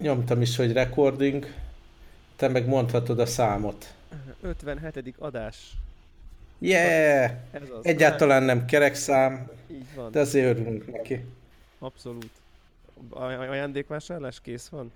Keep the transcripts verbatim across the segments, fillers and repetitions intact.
Nyomtam is, hogy recording, te meg mondhatod a számot. ötvenhetedik adás. Az, Yeah! ez az. Á, Egyáltalán nem kerek szám, így de van. azért örülünk neki. Abszolút. Aj- ajándékvásárlás kész van?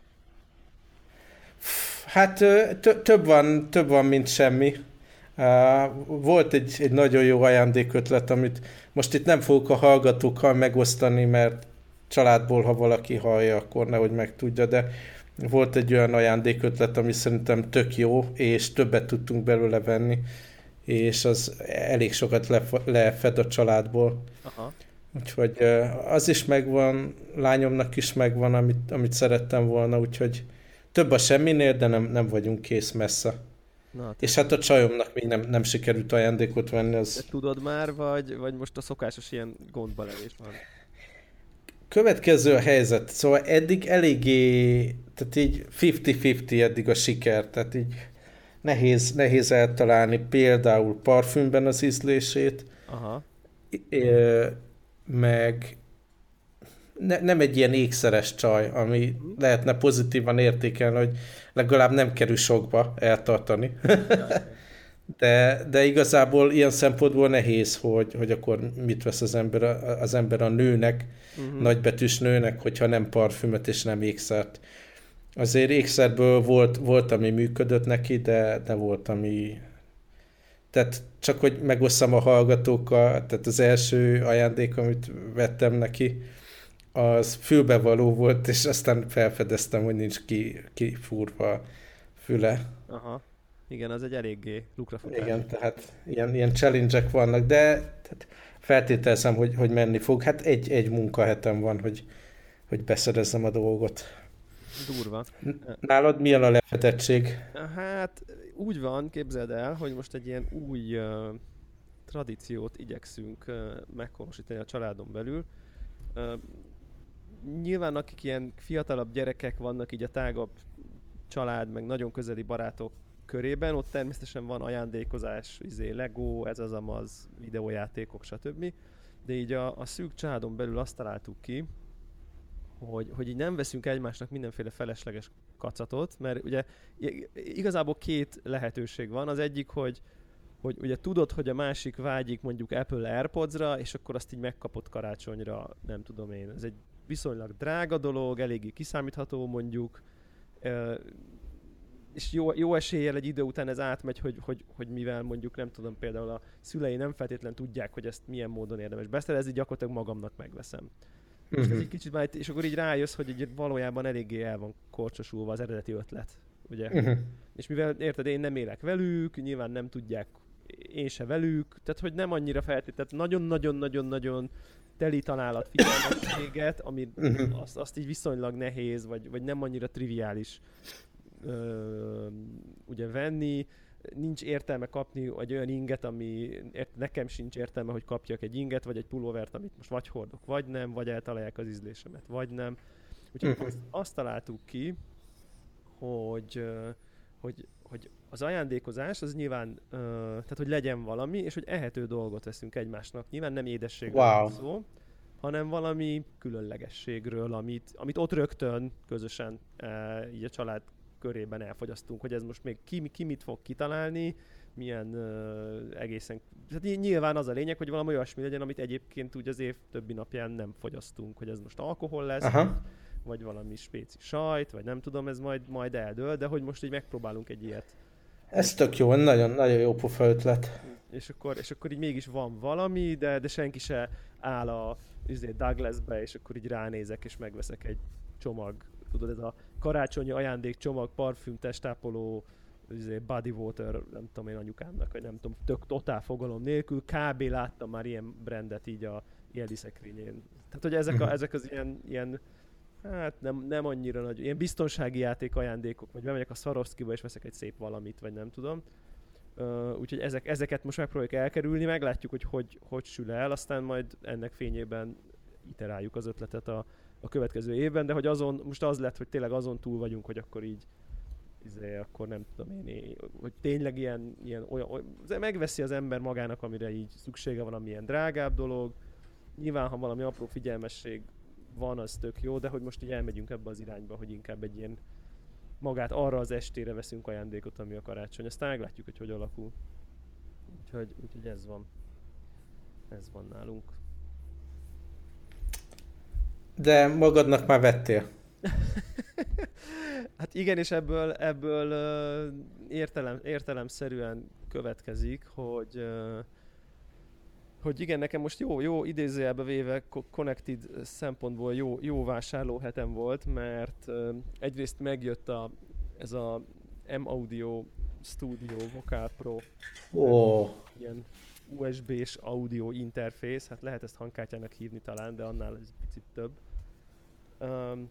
Hát ö, tö- több van, több van, mint semmi. Uh, volt egy, egy nagyon jó ajándékötlet, amit most itt nem fogok a hallgatókkal megosztani, mert családból, ha valaki hallja, akkor nehogy megtudja, de volt egy olyan ajándékötlet, ami szerintem tök jó, és többet tudtunk belőle venni, és az elég sokat lef- lefed a családból. Aha. Úgyhogy ö, az is megvan, lányomnak is megvan, amit, amit szerettem volna, úgyhogy több a semminél, de nem, nem vagyunk kész messze. Na, És tök hát a jó. csajomnak még nem, nem sikerült ajándékot venni, De az tudod már, vagy, vagy most a szokásos ilyen gondba levés van? következő a helyzet. Szóval eddig eléggé, tehát így fifty-fifty eddig a siker, tehát így nehéz, nehéz eltalálni például parfümben az ízlését, Aha. ö, meg ne, nem egy ilyen ékszeres csaj, ami Mhm. lehetne pozitívan értékelni, hogy legalább nem kerül sokba eltartani. Ja, ja. De, de igazából ilyen szempontból nehéz, hogy, hogy akkor mit vesz az ember, a- az ember a nőnek, Mhm. nagybetűs nőnek, hogyha nem parfümöt és nem ékszert. Azért ékszerből volt, volt ami működött neki, de, de volt, ami... Tehát csak, hogy megosszam a hallgatókkal, tehát az első ajándék, amit vettem neki, az fülbevaló volt, és aztán felfedeztem, hogy nincs ki, kifúrva a füle. Aha. Igen, az egy eléggé lukrafutás. Igen, tehát ilyen, ilyen challenge-ek vannak, de tehát feltételezem, hogy, hogy menni fog. Hát egy, egy munkahetem van, hogy, hogy beszerezzem a dolgot. Durva. Nálad milyen a lefedettség? Hát úgy van, képzeld el, hogy most egy ilyen új uh, tradíciót igyekszünk uh, meghonosítani a családon belül. Uh, Nyilván akik ilyen fiatalabb gyerekek vannak így a tágabb család, meg nagyon közeli barátok körében, ott természetesen van ajándékozás, izé, Lego, ez az amaz, videójátékok, stb. De így a, a szűk családon belül azt találtuk ki, hogy, hogy így nem veszünk egymásnak mindenféle felesleges kacatot, mert ugye i- igazából két lehetőség van. Az egyik, hogy hogy ugye tudod, hogy a másik vágyik mondjuk Apple AirPods-ra, és akkor azt így megkapod karácsonyra, nem tudom én. Ez egy viszonylag drága dolog, eléggé kiszámítható mondjuk, ö, és jó, jó eséllyel egy idő után ez átmegy, hogy, hogy, hogy mivel mondjuk nem tudom, például a szülei nem feltétlenül tudják, hogy ezt milyen módon érdemes beszerezni, gyakorlatilag magamnak megveszem. És ez Uh-huh. egy kicsit már, és akkor így rájössz, hogy így valójában eléggé el van korcsosulva az eredeti ötlet, ugye? Uh-huh. És mivel érted, én nem élek velük, nyilván nem tudják én se velük, tehát hogy nem annyira feltétlenül, nagyon-nagyon-nagyon-nagyon teli találat figyelmességet, ami Uh-huh. azt, azt így viszonylag nehéz, vagy, vagy nem annyira triviális ö, ugye venni. Nincs értelme kapni egy olyan inget, ami ért, nekem sincs értelme, hogy kapjak egy inget, vagy egy pulóvert, amit most vagy hordok, vagy nem, vagy eltalálják az ízlésemet, vagy nem. Úgyhogy Uh-huh. azt, azt találtuk ki, hogy, ö, hogy, hogy az ajándékozás az nyilván, ö, tehát hogy legyen valami, és hogy ehető dolgot veszünk egymásnak. Nyilván nem édességről van Wow. szó, hanem valami különlegességről, amit, amit ott rögtön közösen e, így a család körében elfogyasztunk, hogy ez most még ki, ki mit fog kitalálni, milyen ö, egészen... Tehát ny- nyilván az a lényeg, hogy valami olyasmi legyen, amit egyébként úgy az év többi napján nem fogyasztunk, hogy ez most alkohol lesz, vagy, Aha. vagy valami spéci sajt, vagy nem tudom, ez majd, majd eldől, de hogy most így megpróbálunk egy ilyet. Ez tök jó, nagyon, nagyon jó pofa ötlet. És akkor, és akkor így mégis van valami, de, de senki se áll a izé, Douglasbe, és akkor így ránézek, és megveszek egy csomag, tudod, ez a karácsonyi ajándék csomag, parfüm, testápoló, izé, body water, nem tudom én anyukámnak, vagy nem tudom, tök totál fogalom nélkül, kb. Láttam már ilyen brandet így a Ildi szekrényén. Tehát, hogy ezek, a, Uh-huh. ezek az ilyen, ilyen hát nem, nem annyira nagy, ilyen biztonsági játék ajándékok, vagy bemegyek a Swarovskiba és veszek egy szép valamit, vagy nem tudom. Uh, úgyhogy ezek, ezeket most megpróbáljuk elkerülni, meglátjuk, hogy, hogy hogy sül el, aztán majd ennek fényében iteráljuk az ötletet a, a következő évben, de hogy azon, most az lett, hogy tényleg azon túl vagyunk, hogy akkor így izé, akkor nem tudom én, én, hogy tényleg ilyen, ilyen olyan, olyan, megveszi az ember magának, amire így szüksége van, amilyen drágább dolog. Nyilván, ha valami apró figyelmesség van, az tök jó, de hogy most így elmegyünk ebbe az irányba, hogy inkább egy ilyen magát arra az estére veszünk ajándékot, ami a karácsony. Aztán meglátjuk, hogy hogy alakul. Úgyhogy, úgyhogy ez van. Ez van nálunk. De magadnak már vettél. Hát igen, és ebből, ebből uh, értelem, értelemszerűen következik, hogy uh, hogy igen, nekem most jó, jó idézőjelbe véve Connected szempontból jó, jó vásárlóhetem volt, mert uh, egyrészt megjött a, ez a M-Audio Studio Vocal Pro oh. ilyen u es bé-s audio interfész, hát lehet ezt hangkártyának hívni talán, de annál ez picit több. Um,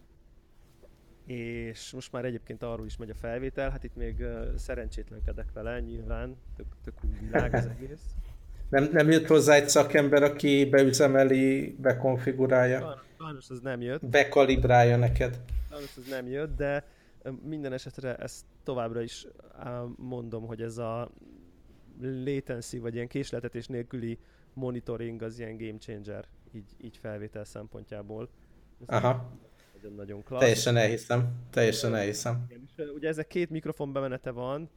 és most már egyébként arról is megy a felvétel, hát itt még uh, szerencsétlenkedek vele, nyilván, tök, tök új világ az egész. Nem, nem jött hozzá egy szakember, aki beüzemeli, bekonfigurálja? Sajnos az nem jött. Bekalibrálja neked? Sajnos az nem jött, de minden esetre ezt továbbra is mondom, hogy ez a latency, vagy ilyen késleltetés nélküli monitoring az ilyen game changer, így, így felvétel szempontjából. Ez aha. Nagyon klassz. Teljesen elhiszem. Teljesen elhiszem. És ugye ezek két mikrofon bemenete van,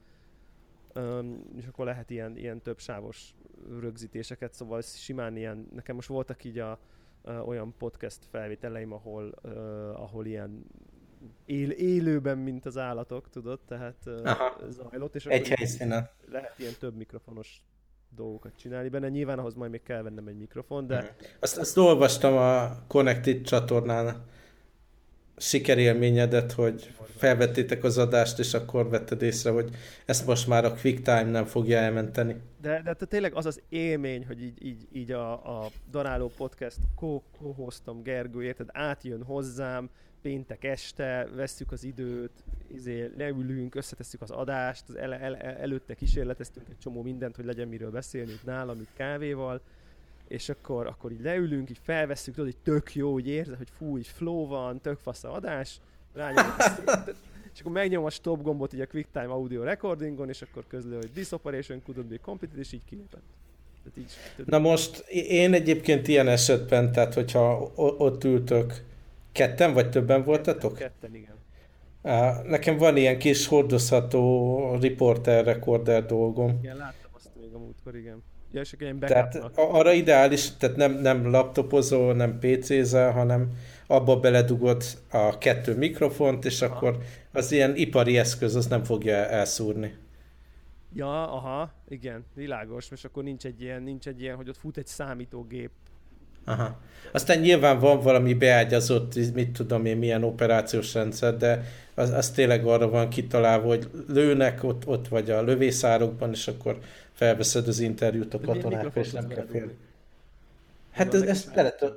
és akkor lehet ilyen, ilyen több sávos rögzítéseket, szóval simán ilyen, nekem most voltak így a, a olyan podcast felvételeim, ahol, uh, ahol ilyen él, élőben, mint az állatok, tudod, tehát uh, zajlott, és egy helyszínen. Lehet ilyen több mikrofonos dolgokat csinálni benne, nyilván ahhoz majd még kell vennem egy mikrofon, de... Hmm. Azt, azt olvastam a Connected csatornán, sikerélményedet, hogy felvettétek az adást, és akkor vetted észre, hogy ezt most már a QuickTime nem fogja elmenteni. De, de tényleg az az élmény, hogy így, így, így a, a Daráló Podcast co-hoztam Gergő, érted, átjön hozzám, péntek este, vesszük az időt, izé, leülünk, összetesszük az adást, az el, el, előtte kísérleteztünk egy csomó mindent, hogy legyen miről beszélni itt nálam, itt kávéval, és akkor, akkor így leülünk, így felvesszük, tudod, hogy tök jó, hogy érzed, hogy fú, így flow van, tök fasz a adás, rányomok a szétet, és akkor megnyom a stop gombot így a QuickTime Audio Recordingon, és akkor közlő, hogy this operation couldn't be completed, és így kilépett. Így, na most én egyébként ilyen esetben, tehát hogyha ott ültök, ketten vagy többen voltatok? Ketten, igen. Nekem van ilyen kis hordozható reporter recorder dolgom. Igen, láttam azt még a múltkor, igen. Ja, és ilyen tehát arra ideális, tehát nem, nem laptopozol, nem pé cézel, hanem abba beledugod a kettő mikrofont, és aha. akkor az ilyen ipari eszköz, az nem fogja elszúrni. Ja, aha, igen, világos, és akkor nincs egy ilyen, nincs egy ilyen, hogy ott fut egy számítógép. Aha. Aztán nyilván van valami beágyazott, mit tudom én, milyen operációs rendszer, de az, az tényleg arra van kitalálva, hogy lőnek ott, ott vagy a lövészárokban, és akkor felveszed az interjút a katonákra, és nem kell félni. Hát ez, ez bele tud...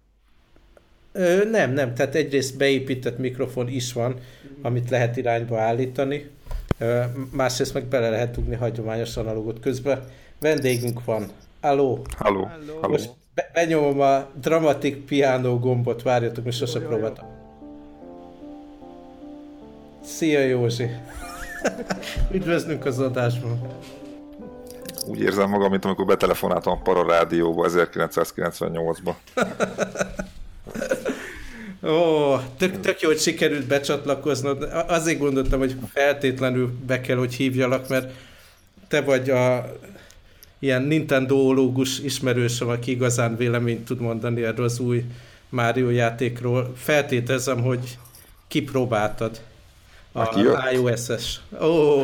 Ö, nem, nem, tehát egyrészt beépített mikrofon is van, mm-hmm. amit lehet irányba állítani, Ö, másrészt meg bele lehet dugni hagyományos analogot. Közben vendégünk van. Alló! Halló! Most be- benyomom a Dramatic Piano gombot, várjatok, mi sose próbáltam. Szia Józsi! Üdvözlünk az adásban! Úgy érzem magam, mint amikor betelefonáltam a Pararádióba ezerkilencszázkilencvennyolcban. Ó, tök, tök jó, hogy sikerült becsatlakoznod. Azért gondoltam, hogy feltétlenül be kell, hogy hívjalak, mert te vagy a ilyen Nintendo-ológus ismerősöm, aki igazán véleményt tud mondani erről az új Mario játékról. Feltételezem, hogy kipróbáltad a iOS-es. Ó.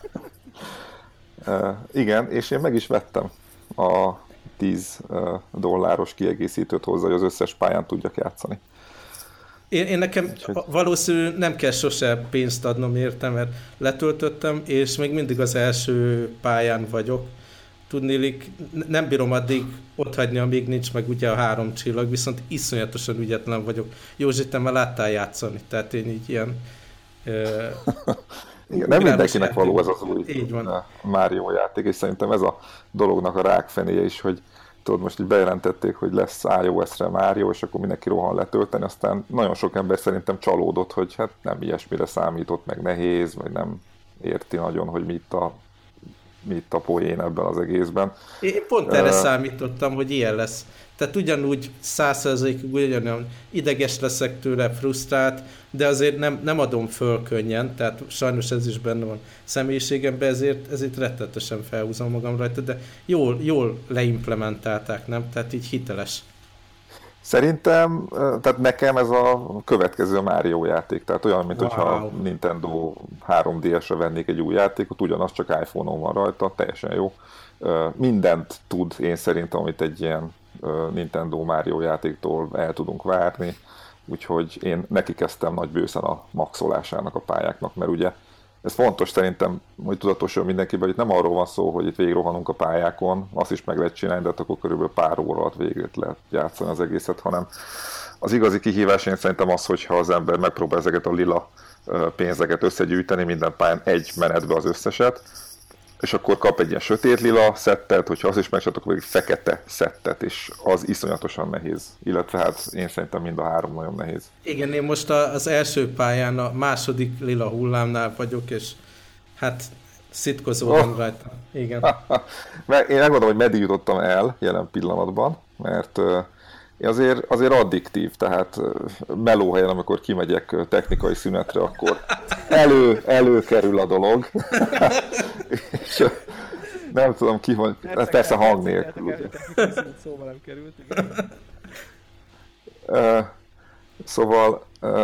Uh, igen, és én meg is vettem a tíz uh, dolláros kiegészítőt hozzá, hogy az összes pályán tudjak játszani. Én, én nekem Úgyhogy... valószínű nem kell sose pénzt adnom érte, mert letöltöttem, és még mindig az első pályán vagyok. Tudnélik, nem bírom addig otthagyni, amíg nincs meg ugye a három csillag, viszont iszonyatosan ügyetlen vagyok. Józsi, te már láttál játszani, tehát én így ilyen... Uh, Igen, nem mindenkinek való ez az új Mario játék, és szerintem ez a dolognak a rákfenéje is, hogy tudod, most így bejelentették, hogy lesz iOS-re Mario, és akkor mindenki rohan letölteni, aztán nagyon sok ember szerintem csalódott, hogy hát nem ilyesmire számított, meg nehéz, vagy nem érti nagyon, hogy mit a, mit a poén ebben az egészben. Én pont erre uh, számítottam, hogy ilyen lesz. Tehát ugyanúgy száz százalékig ugyanolyan ideges leszek tőle, frusztrált, de azért nem, nem adom föl könnyen, tehát sajnos ez is benne van személyiségemben, ezért, ezért rettetesen felhúzom magam rajta, de jól, jól leimplementálták, nem? Tehát így hiteles. Szerintem, tehát nekem ez a következő Mario játék, tehát olyan, mint wow. hogyha Nintendo három dé esre vennék egy új játékot, ugyanaz, csak iPhone-on van rajta, teljesen jó. Mindent tud én szerintem, amit egy ilyen Nintendo Mario játéktól el tudunk várni, úgyhogy én neki kezdtem nagy bőszen a maxolásának a pályáknak, mert ugye ez fontos szerintem, hogy tudatosan mindenkiben, hogy itt nem arról van szó, hogy itt végigrohanunk a pályákon, azt is meg lehet csinálni, de akkor körülbelül pár óra alatt végig lehet játszani az egészet, hanem az igazi kihívás én szerintem az, hogyha az ember megpróbál ezeket a lila pénzeket összegyűjteni, minden pályán egy menetbe az összeset, és akkor kap egy ilyen sötét lila szettet, hogyha az is megcsináltak, akkor egy fekete szettet, és az iszonyatosan nehéz. Illetve hát én szerintem mind a három nagyon nehéz. Igen, én most az első pályán a második lila hullámnál vagyok, és hát szitkozódom oh. rajta. Igen. Én megmondom, hogy meddig jutottam el jelen pillanatban, mert azért, azért addiktív, tehát melóhelyen, amikor kimegyek technikai szünetre, akkor elő, előkerül a dolog. És nem tudom ki, hogy... Ez persze hang nélkül. Szóval nem került, igen. Szóval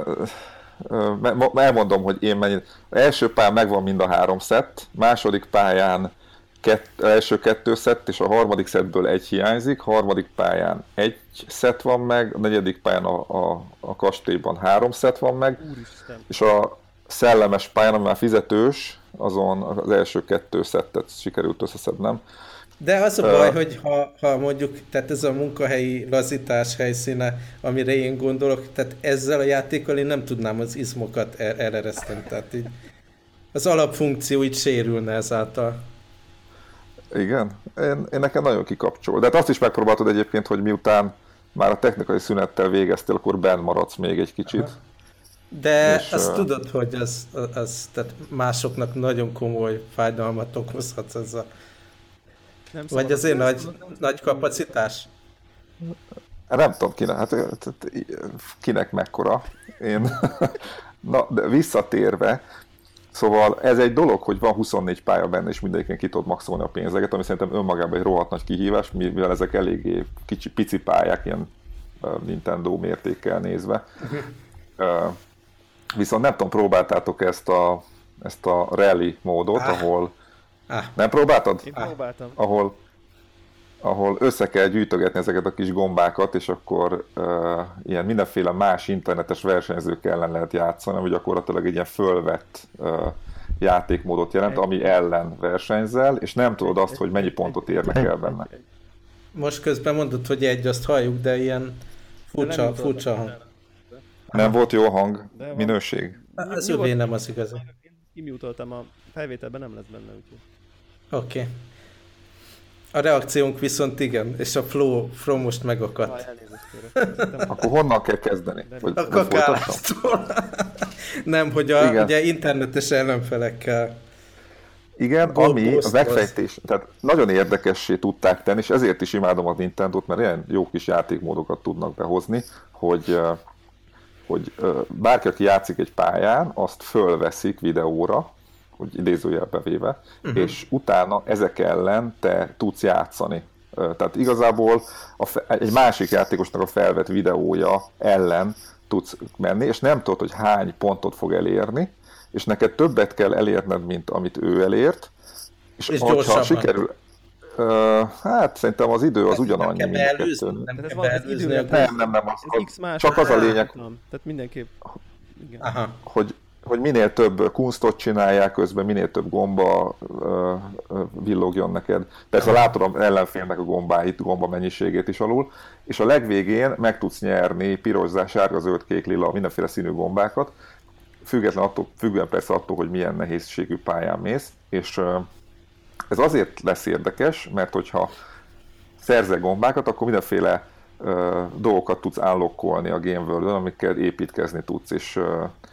elmondom, hogy én mennyit... Az első pályán megvan mind a három szett, második pályán Kett, első kettő szett, és a harmadik szettből egy hiányzik, harmadik pályán egy szett van meg, a negyedik pályán a, a, a kastélyban három szett van meg, Úristen. És a szellemes pályán, ami már fizetős, azon az első kettő szettet sikerült összeszednem. De az a baj, uh, hogy ha, ha mondjuk, tehát ez a munkahelyi lazítás helyszíne, amire én gondolok, tehát ezzel a játékkal én nem tudnám az izmokat el- elereszteni, tehát így az alapfunkció így sérülne ezáltal. Igen, én, én nekem nagyon kikapcsol. De hát azt is megpróbáltad egyébként, hogy miután már a technikai szünettel végeztél, akkor benn maradsz még egy kicsit. Aha. De és, azt uh... tudod, hogy az, az tehát másoknak nagyon komoly fájdalmat okozhat ez a... Nem vagy azért nagy, nagy kapacitás? Nem tudom, kinek, hát, kinek mekkora. Én... Na, de visszatérve, szóval ez egy dolog, hogy van huszonnégy pálya benne, és mindegyiken ki tudod maxolni a pénzeket, ami szerintem önmagában egy rohadt nagy kihívás, mivel ezek eléggé kicsi, pici pályák, ilyen Nintendo mértékkel nézve. Uh, viszont nem tudom, próbáltátok ezt a, ezt a rally módot, ah. ahol... Ah. Nem próbáltad? Én próbáltam. Ahol, ahol össze kell gyűjtögetni ezeket a kis gombákat, és akkor uh, ilyen mindenféle más internetes versenyzők ellen lehet játszani, ami gyakorlatilag egy ilyen fölvett uh, játékmódot jelent, ami ellen versenyzel, és nem tudod azt, hogy mennyi pontot érnek el benne. Most közben mondod, hogy egy, azt halljuk, de ilyen furcsa, de furcsa hang. Nem volt jó hang, minőség? Az övé nem az igazi. Kimutoltam, a felvételben nem lesz benne, úgyhogy. Oké. Okay. A reakciónk viszont igen, és a flow, flow most megakadt. Akkor honnan kell kezdeni? Hogy a kakálástól. Nem, hogy a ugye internetes ellenfelekkel. Igen, ami a megfejtés, tehát nagyon érdekessé tudták tenni, és ezért is imádom a Nintendót, mert ilyen jó kis játékmódokat tudnak behozni, hogy, hogy bárki, aki játszik egy pályán, azt fölveszik videóra, hogy idézőjelbe véve, uh-huh. és utána ezek ellen te tudsz játszani. Tehát igazából a fe- egy másik játékosnak a felvett videója ellen tudsz menni, és nem tudod, hogy hány pontot fog elérni, és neked többet kell elérned, mint amit ő elért, és, és ha sikerül... Uh, hát szerintem az idő az ugyanannyi, mint a kettőn. Nem, ez az idő, nem, nem, nem, az, az, csak az a lényeg, tehát mindenképp... Igen. Aha. Hogy, hogy minél több kunstot csinálják közben, minél több gomba uh, villogjon neked. Persze látod ellenfélnek a gombáit, gomba mennyiségét is alul, és a legvégén meg tudsz nyerni piros, sárga, zöld, kék, lila, mindenféle színű gombákat, független attól, függően persze attól, hogy milyen nehézségű pályán mész, és uh, ez azért lesz érdekes, mert hogyha szerzel gombákat, akkor mindenféle uh, dolgokat tudsz unlockolni a Game World-on, amikkel építkezni tudsz, és uh,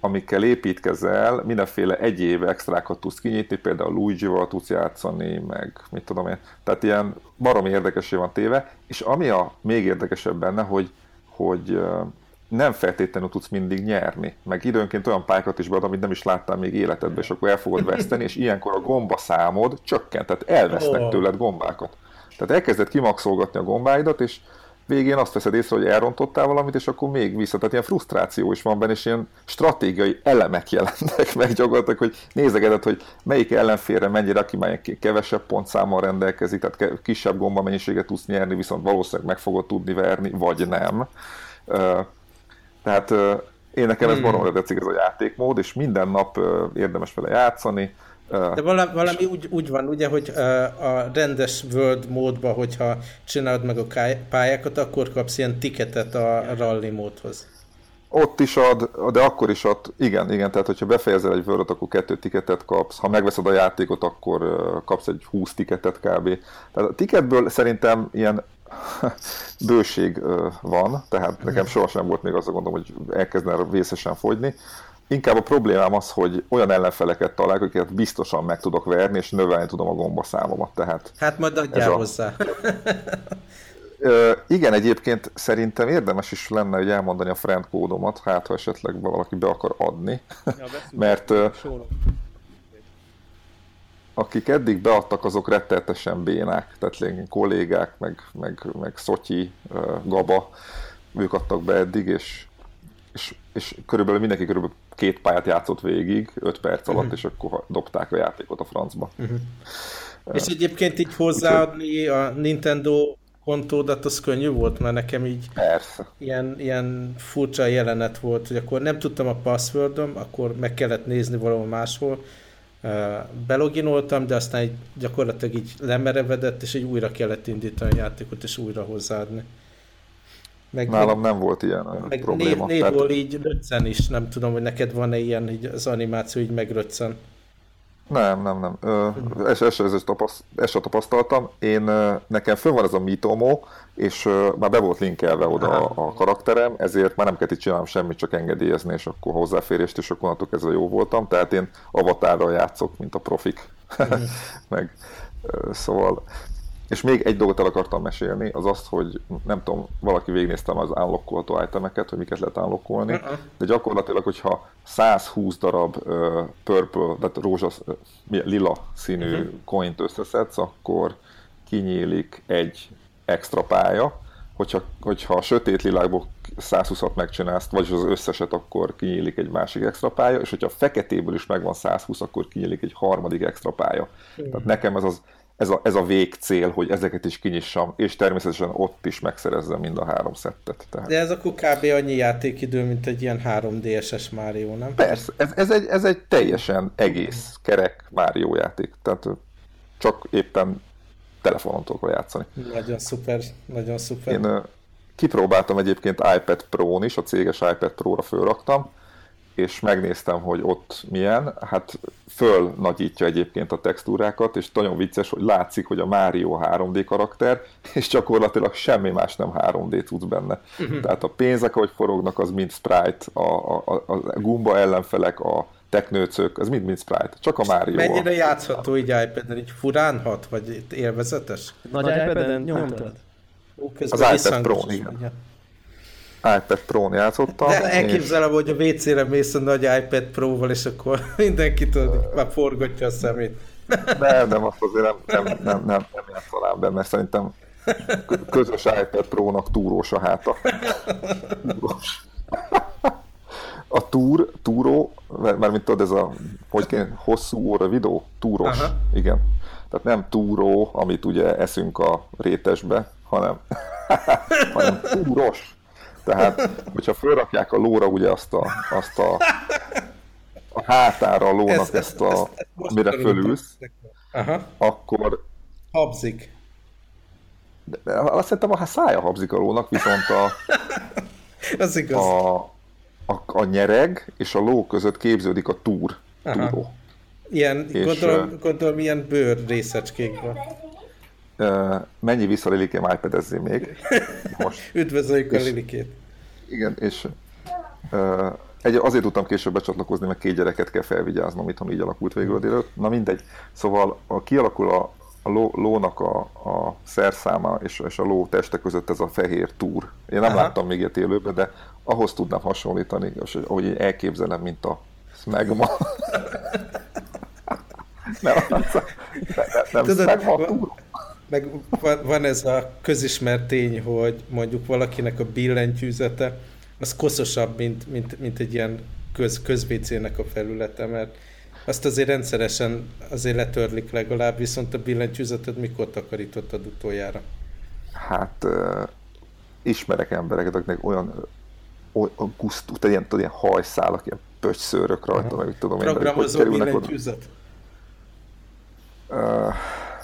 amikkel építkezel, mindenféle egyéb extrákat tudsz kinyitni, például Luigi-val tudsz játszani, meg mit tudom én. Tehát ilyen baromi érdekessé van téve, és ami a még érdekesebb benne, hogy, hogy nem feltétlenül tudsz mindig nyerni, meg időnként olyan pályákat is bead, amit nem is láttál még életedben, és akkor el fogod veszteni, és ilyenkor a gombaszámod csökkent, tehát elvesznek tőled gombákat. Tehát elkezded kimaxolgatni a gombáidat, és végén azt veszed észre, hogy elrontottál valamit, és akkor még vissza. Tehát ilyen frusztráció is van benne, és ilyen stratégiai elemek jelennek meg gyakorlatilag, hogy nézegeded, hogy melyik ellenfélre mennyire, aki már kevesebb pontszámmal rendelkezik, tehát kisebb gomba mennyiséget tudsz nyerni, viszont valószínűleg meg fogod tudni verni, vagy nem. Tehát én nekem ez baromra tetszik ez a játékmód, és minden nap érdemes vele játszani. De valami, valami úgy, úgy van, ugye, hogy a rendes World módban, hogyha csinálod meg a pályákat, akkor kapsz ilyen tiketet a rally módhoz. Ott is ad, de akkor is ad, igen, igen, tehát hogyha befejezel egy World-ot, akkor kettő tiketet kapsz, ha megveszed a játékot, akkor kapsz egy húsz tiketet kb. Tehát a tiketből szerintem ilyen bőség van, tehát nekem sohasem volt még az a gondom, hogy elkezdene vészesen fogyni. Inkább a problémám az, hogy olyan ellenfeleket találok, akiket biztosan meg tudok verni, és növelni tudom a gombaszámomat. Tehát hát majd adjál a... hozzá. Ö, igen, egyébként szerintem érdemes is lenne, hogy elmondani a friend kódomat, hát ha esetleg valaki be akar adni. Ja, mert ö, akik eddig beadtak, azok rettenetesen bénák, tehát kollégák, meg, meg, meg Szotyi, Gaba, ők adtak be eddig, és És, és körülbelül mindenki körülbelül két pályát játszott végig, öt perc alatt, uh-huh. és akkor dobták a játékot a francba. Uh-huh. Uh, és egyébként így hozzáadni a Nintendo kontódat, az könnyű volt, mert nekem így ilyen, ilyen furcsa jelenet volt, hogy akkor nem tudtam a passwordom, akkor meg kellett nézni valahol máshol. Uh, beloginoltam, de aztán így gyakorlatilag így lemerevedett, és így újra kellett indítani a játékot, és újra hozzáadni. Meg nálam nem volt ilyen meg probléma. Név, névból tehát... így röccen is, nem tudom, hogy neked van-e ilyen, így az animáció így megröccen. Nem, nem, nem. Uh, ezt, ezt, ezt, tapaszt, ezt sem tapasztaltam. Én, nekem fönn van ez a Miitomo, és már be volt linkelve oda a, a karakterem, ezért már nem kellett itt csinálnom semmit, csak engedélyezni, és akkor hozzáférést, és akkor onnantól kezdve jó voltam. Tehát én avatárral játszok, mint a profik. Mm. meg, szóval... És még egy dolgot el akartam mesélni, az azt, hogy nem tudom, valaki végignéztem az unlockolható itemeket, hogy miket lehet unlockolni, uh-uh. de gyakorlatilag, hogyha száz húsz darab uh, purple, tehát rózsas, uh, lila színű uh-huh. coint összeszedsz, akkor kinyílik egy extra pálya, hogyha, hogyha a sötét lilákból száz húszat megcsinálsz, vagyis az összeset, akkor kinyílik egy másik extra pálya, és hogyha a feketéből is megvan száz húsz, akkor kinyílik egy harmadik extra pálya. Uh-huh. Tehát nekem ez az Ez a, ez a végcél, hogy ezeket is kinyissam, és természetesen ott is megszerezzem mind a három szettet. Tehát. De ez akkor kb. Annyi játékidő, mint egy ilyen három dé es-es Mario, nem? Persze, ez, ez, egy, ez egy teljesen egész kerek Mario játék, tehát csak éppen telefonon tudok játszani. Nagyon szuper, nagyon szuper. Én uh, kipróbáltam egyébként iPad Pro-n is, a céges iPad Pro-ra fölraktam, és megnéztem, hogy ott milyen, hát fölnagyítja egyébként a textúrákat, és nagyon vicces, hogy látszik, hogy a Mario három dé karakter, és gyakorlatilag semmi más nem három dé cucc benne. Uh-huh. Tehát a pénzek, ahogy forognak, az mind sprite, a, a, a gumba ellenfelek, a teknőcök, az mind-mind sprite, csak a Mario. Mennyire játszható így iPad-en, így furán hat, vagy élvezetes? Nagy, Nagy iPad-en nyomtad? Az iPad Pro-n, igen. igen. iPad Pro-n játszottam. De elképzelem, és... hogy a vé cére mész a nagy iPad Pro-val, és akkor mindenki tudod, már forgatja a szemét. De, de azt azért nem, nem, nem, nem, nem játszanám be, mert szerintem közös iPad Pro-nak túrós a háta. Túrós. A túr, túró, mármint tudod, ez a, hogy kéne, hosszú óra videó, túrós, aha. Igen. Tehát nem túró, amit ugye eszünk a rétesbe, hanem, hanem túros. Tehát, hogyha felrakják a lóra ugye azt a, azt a, a hátára a lónak ez, ezt a, ezt, ezt amire fölülsz, aha. Akkor... Habzik. De, de azt szerintem a szája habzik a lónak, viszont a... az igaz. A, a, a nyereg és a ló között képződik a túr, aha. túró. Ilyen, és, gondolom, gondolom, ilyen bőr részecskék van. Uh, menj vissza Lilikém, iPad-ezzé még. Most. Üdvözöljük és, a Lilikét. Igen, és uh, egy, azért tudtam később becsatlakozni, mert két gyereket kell felvigyáznom, itthon így alakult végül a délőtt. Na mindegy. Szóval a, kialakul a, a ló, lónak a, a szerszáma és, és a ló teste között ez a fehér túr. Én nem Aha. láttam még ilyet élőben, de ahhoz tudnám hasonlítani, és ahogy én elképzelem, mint a smegma. nem, nem, nem, nem smegma a túr. Meg van ez a közismert tény, hogy mondjuk valakinek a billentyűzete az koszosabb, mint, mint, mint egy ilyen köz, közvécének a felülete, mert azt azért rendszeresen azért letörlik legalább, viszont a billentyűzeted mikor takarítottad utoljára? Hát uh, ismerek embereket, akiknek olyan, olyan gusztú, tehát ilyen, ilyen hajszálak, ilyen pöcsszőrök rajta, meg tudom én. Programozó billentyűzet? Uh,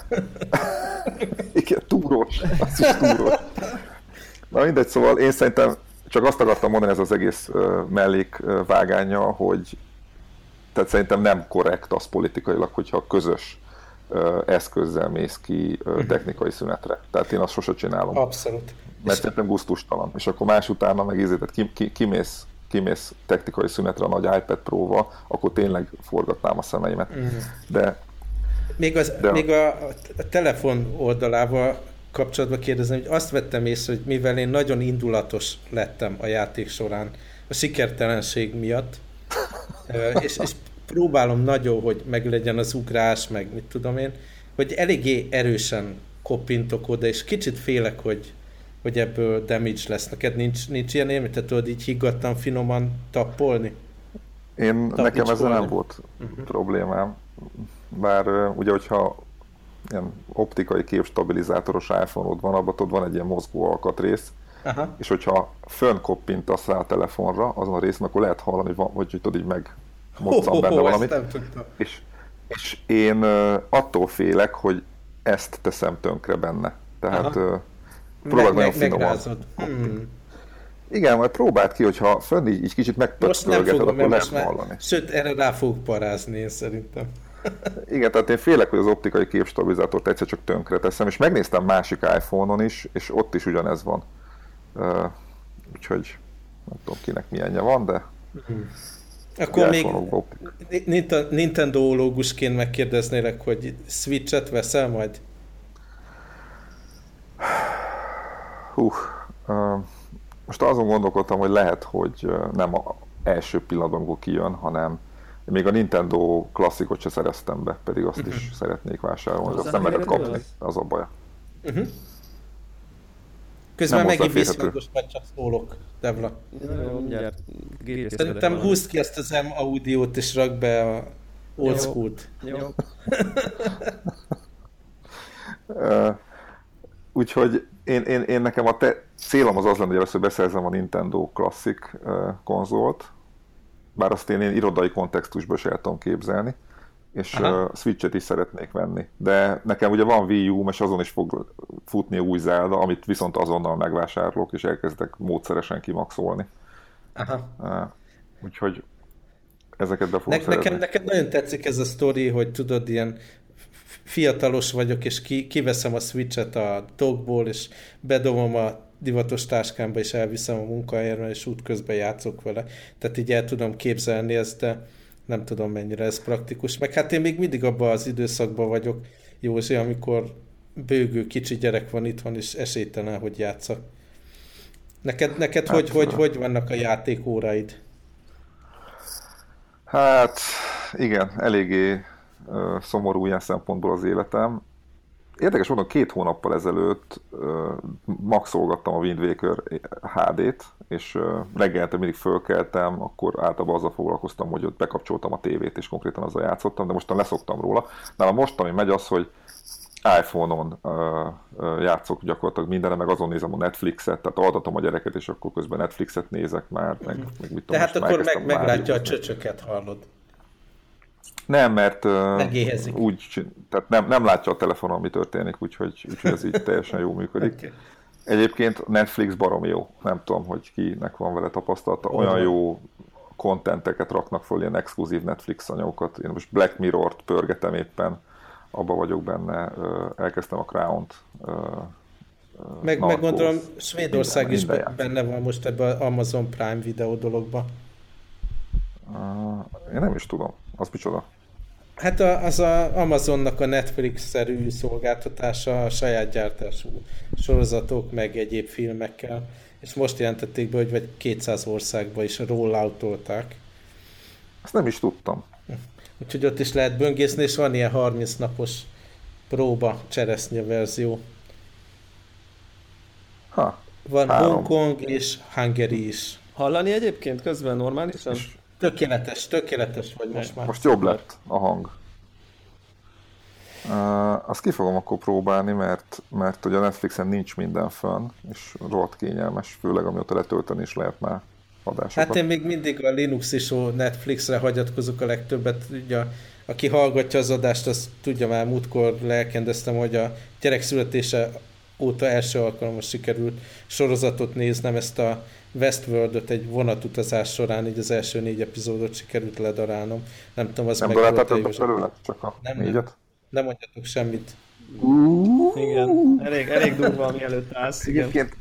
igen, túrós. Az is túrós. Na mindegy, szóval én szerintem csak azt akartam mondani ez az egész uh, mellékvágánya, uh, hogy tehát szerintem nem korrekt az politikailag, hogyha közös uh, eszközzel mész ki uh, technikai szünetre. Tehát én azt sose csinálom. Abszolút. Mert és szerintem gusztustalan. És akkor más utána meg ízét, ki, ki, kimész, kimész technikai szünetre a nagy iPad Pro-val, akkor tényleg forgatnám a szemeimet. Uh-huh. De Még, az, de még a, a telefon oldalával kapcsolatban kérdezem, hogy azt vettem észre, hogy mivel én nagyon indulatos lettem a játék során, a sikertelenség miatt, és, és próbálom nagyon, hogy meglegyen az ugrás, meg mit tudom én, hogy eléggé erősen koppintok oda, és kicsit félek, hogy, hogy ebből damage lesz. Neked nincs, nincs ilyen élmény? Te tudod így higgadtan, finoman tappolni? Én, nekem ezzel nem volt uh-huh. problémám. Bár ugye, hogyha ilyen optikai képstabilizátoros iPhone-od van, abban van egy ilyen mozgó alkatrész, Aha. és hogyha fönkoppintasz rá a telefonra azon a részen, akkor lehet hallani, hogy, hogy tudod így megmoccan oh, benne oh, valamit. És, és én attól félek, hogy ezt teszem tönkre benne. Tehát próbálok nagyon finoman. Hmm. Igen, majd próbáld ki, hogyha fönn így, így kicsit megpöccölgeted, akkor lehet hallani. Sőt, erre rá fogok parázni én szerintem. Igen, tehát én félek, hogy az optikai képstabilizátort egyszer csak tönkre teszem, és megnéztem másik iPhone-on is, és ott is ugyanez van. Uh, úgyhogy nem tudom, kinek milyenje van, de... Hmm. Akkor még Nintendo-ológusként megkérdeznélek, hogy Switch-et veszel majd? Hú, uh, most azon gondolkodtam, hogy lehet, hogy nem az első pillanatban, amikor kijön, hanem még a Nintendo klasszikot se szereztem be, pedig azt uh-huh. is szeretnék vásárolni, azt nem lehet kapni, az a baj. Uh-huh. Közben megint viszlagos, vagy csak szólok, Devla. Szerintem húzd ki ezt az M audiót és rak be a old school-t. Jó. Jó. uh, úgyhogy én, én, én nekem a te célom az az lenne, hogy először beszerzem a Nintendo Classic uh, konzolt, bár azt én, én irodai kontextusban is el tudom képzelni, és uh, Switch-et is szeretnék venni. De nekem ugye van Wii U, és azon is fog futni új Zelda, amit viszont azonnal megvásárolok, és elkezdek módszeresen kimaxolni. Aha. Uh, úgyhogy ezeket be fogom ne- nekem, nekem nagyon tetszik ez a sztori, hogy tudod, ilyen fiatalos vagyok, és ki, kiveszem a Switch-et a dockból, és bedobom a divatos táskámba, és elviszem a munkahelyemre, és útközben játszok vele. Tehát így el tudom képzelni ezt, de nem tudom, mennyire ez praktikus. Meg hát én még mindig abban az időszakban vagyok, Józsi, amikor bőgő kicsi gyerek van itthon, és esélytelen, hogy játszak. Neked, neked hát, hogy, hogy, hogy vannak a játékóraid? Hát igen, eléggé uh, szomorú ilyen szempontból az életem. Érdekes módon két hónappal ezelőtt uh, maxolgattam a Wind Waker há dét, és uh, reggelente mindig fölkeltem, akkor általában azzal foglalkoztam, hogy ott bekapcsoltam a tévét, és konkrétan azzal játszottam, de mostan leszoktam róla. Nálam most, ami megy az, hogy iPhone-on uh, uh, játszok gyakorlatilag mindenre, meg azon nézem a Netflixet, tehát altatom a gyereket, és akkor közben Netflixet nézek már, meg, meg mit tudom. De hát akkor meg, meglátja a csöcsöket, hallod. Nem, mert uh, úgy, tehát nem, nem látja a telefonon, mi történik, úgyhogy, úgyhogy ez így teljesen jól működik. Okay. Egyébként Netflix barom jó, nem tudom, hogy kinek van vele tapasztalata, olyan uh-huh. jó kontenteket raknak föl, ilyen exkluzív Netflix anyagokat. Én most Black Mirror-t pörgetem éppen, abba vagyok benne, elkezdtem a Crown-t. Meg, meg gondolom, Svédország minden, is minden benne van most ebben az Amazon Prime videó dologban. Uh, én nem is tudom. Az micsoda? Hát a, az a Amazonnak a Netflix-szerű szolgáltatása a saját gyártású sorozatok, meg egyéb filmekkel. És most jelentették be, hogy vagy kétszáz országba is rolloutolták. Ezt nem is tudtam. Úgyhogy ott is lehet böngészni, és van ilyen harminc napos próba cseresznye verzió. Ha, van három. Hongkong és Hungary is. Hallani egyébként közben normálisan? És tökéletes, tökéletes vagy most már. Most jobb lett a hang. Uh, azt ki fogom akkor próbálni, mert, mert ugye a Netflixen nincs minden fönn, és rohadt kényelmes, főleg amióta letölteni is lehet már adásokat. Hát én még mindig a Linux is Netflixre hagyatkozok a legtöbbet. Ugye, aki hallgatja az adást, azt tudja, már múltkor lelkendeztem, hogy a gyerek születése óta első alkalommal sikerült sorozatot néznem, ezt a Westworld-ot egy vonatutazás során, így az első négy epizódot sikerült ledarálnom. Nem tudom, az nem meg volt a belőle, csak a nem, négyet? Nem, nem mondjatok semmit. Uh, igen, elég, elég durva, ami előtt állsz. Egyébként,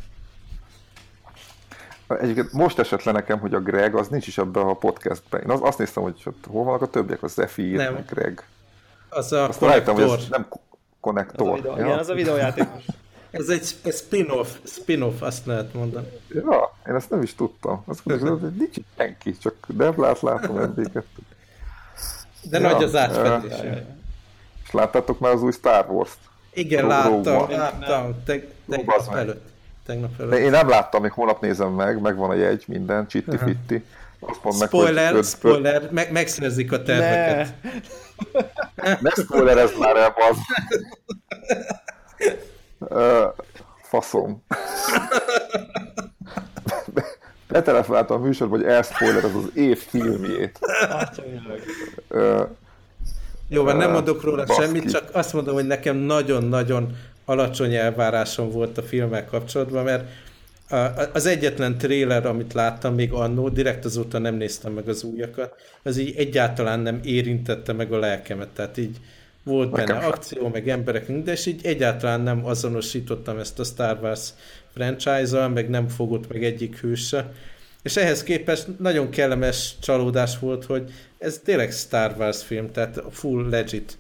egyébként most esett le nekem, hogy a Greg az nincs is ebben a podcastben. Én az, azt néztem, hogy hol vannak a többiek, az Zephyr, meg Greg. Az a azt konnektor. Rájtam, hogy ez nem konnektor. Az ja? Igen, az a videójátékos. Ez egy spin-off, spin-off, azt lehet mondani. Ja, én ezt nem is tudtam. Azt mondom, hogy nincs itt senki, csak Devlát látom eddiget. De ja, nagy az átfedés. Uh, és láttátok már az új Star Wars-t? Igen, Ró- láttam, láttam. Te, tegnap előtt. Tegnap előtt. De én nem láttam, még holnap nézem meg, megvan a jegy, minden, csitti-fitti. Spoiler, meg, spoiler, öt... meg, megszerzik a terveket. Ne, ne spoilerezd már el, bazd. Uh, faszom. Betelefonáltam a műsorba, hogy elspoilerez az év filmjét. uh, Jó, mert nem mondok róla baszki. Semmit, csak azt mondom, hogy nekem nagyon-nagyon alacsony elvárásom volt a filmmel kapcsolatban, mert az egyetlen trailer, amit láttam még annó, direkt azóta nem néztem meg az újakat, az így egyáltalán nem érintette meg a lelkemet, tehát így volt benne nekem akció, sem. Meg emberek, de és így egyáltalán nem azonosítottam ezt a Star Wars franchise-al, meg nem fogott meg egyik hőse. És ehhez képest nagyon kellemes csalódás volt, hogy ez tényleg Star Wars film, tehát full legit.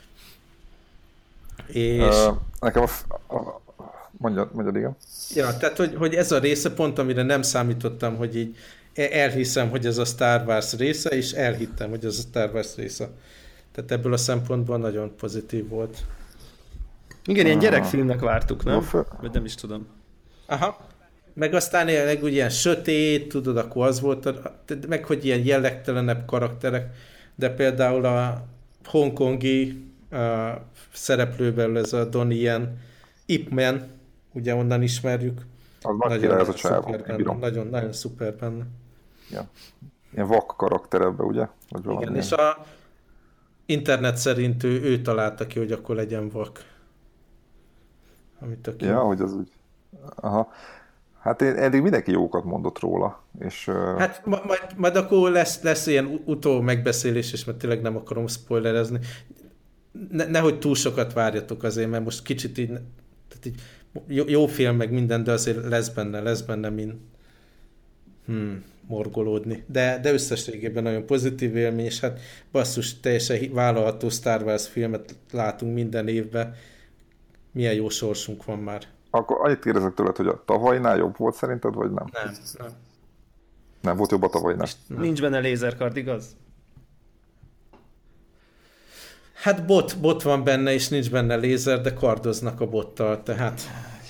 És... Uh, nekem a... a mondjad, mondjad, igen. Ja, tehát hogy, hogy ez a része pont, amire nem számítottam, hogy így elhiszem, hogy ez a Star Wars része, és elhittem, hogy ez a Star Wars része. Tehát ebből a szempontból nagyon pozitív volt. Igen, ilyen gyerekfilmnek vártuk, nem? Vagy nem is tudom. Aha. Meg aztán ilyen, ilyen sötét, tudod, akkor az volt, meg hogy ilyen jellegtelenebb karakterek, de például a hongkongi uh, szereplőből ez a Donnie Yen, Ip Man, ugye onnan ismerjük. Az nagy király, az a csávó. Nagyon, nagyon szuper benne. Ja. Ilyen vak karakter ebbe, ugye? Vagy igen, ilyen. És a internet szerint ő, ő találta ki, hogy akkor legyen vak. Amit a ja, hogy az úgy. Aha. Hát én eddig mindenki jókat mondott róla. És, uh... hát ma, majd, majd akkor lesz, lesz ilyen utó megbeszélés, és mert tényleg nem akarom spoilerezni. Ne, nehogy túl sokat várjatok azért, mert most kicsit így, tehát így jó, jó film meg minden, de azért lesz benne, lesz benne mind hmm, morgolódni. De, de összességében nagyon pozitív élmény, és hát basszus, teljesen vállalható Star Wars filmet látunk minden évben. Milyen jó sorsunk van már. Akkor annyit kérdezek tőled, hogy a tavalynál jobb volt szerinted, vagy nem? Nem, nem. Nem volt jobb a tavalynál? Nincs benne lézerkard, igaz? Hát bot, bot van benne, és nincs benne lézer, de kardoznak a bottal, tehát...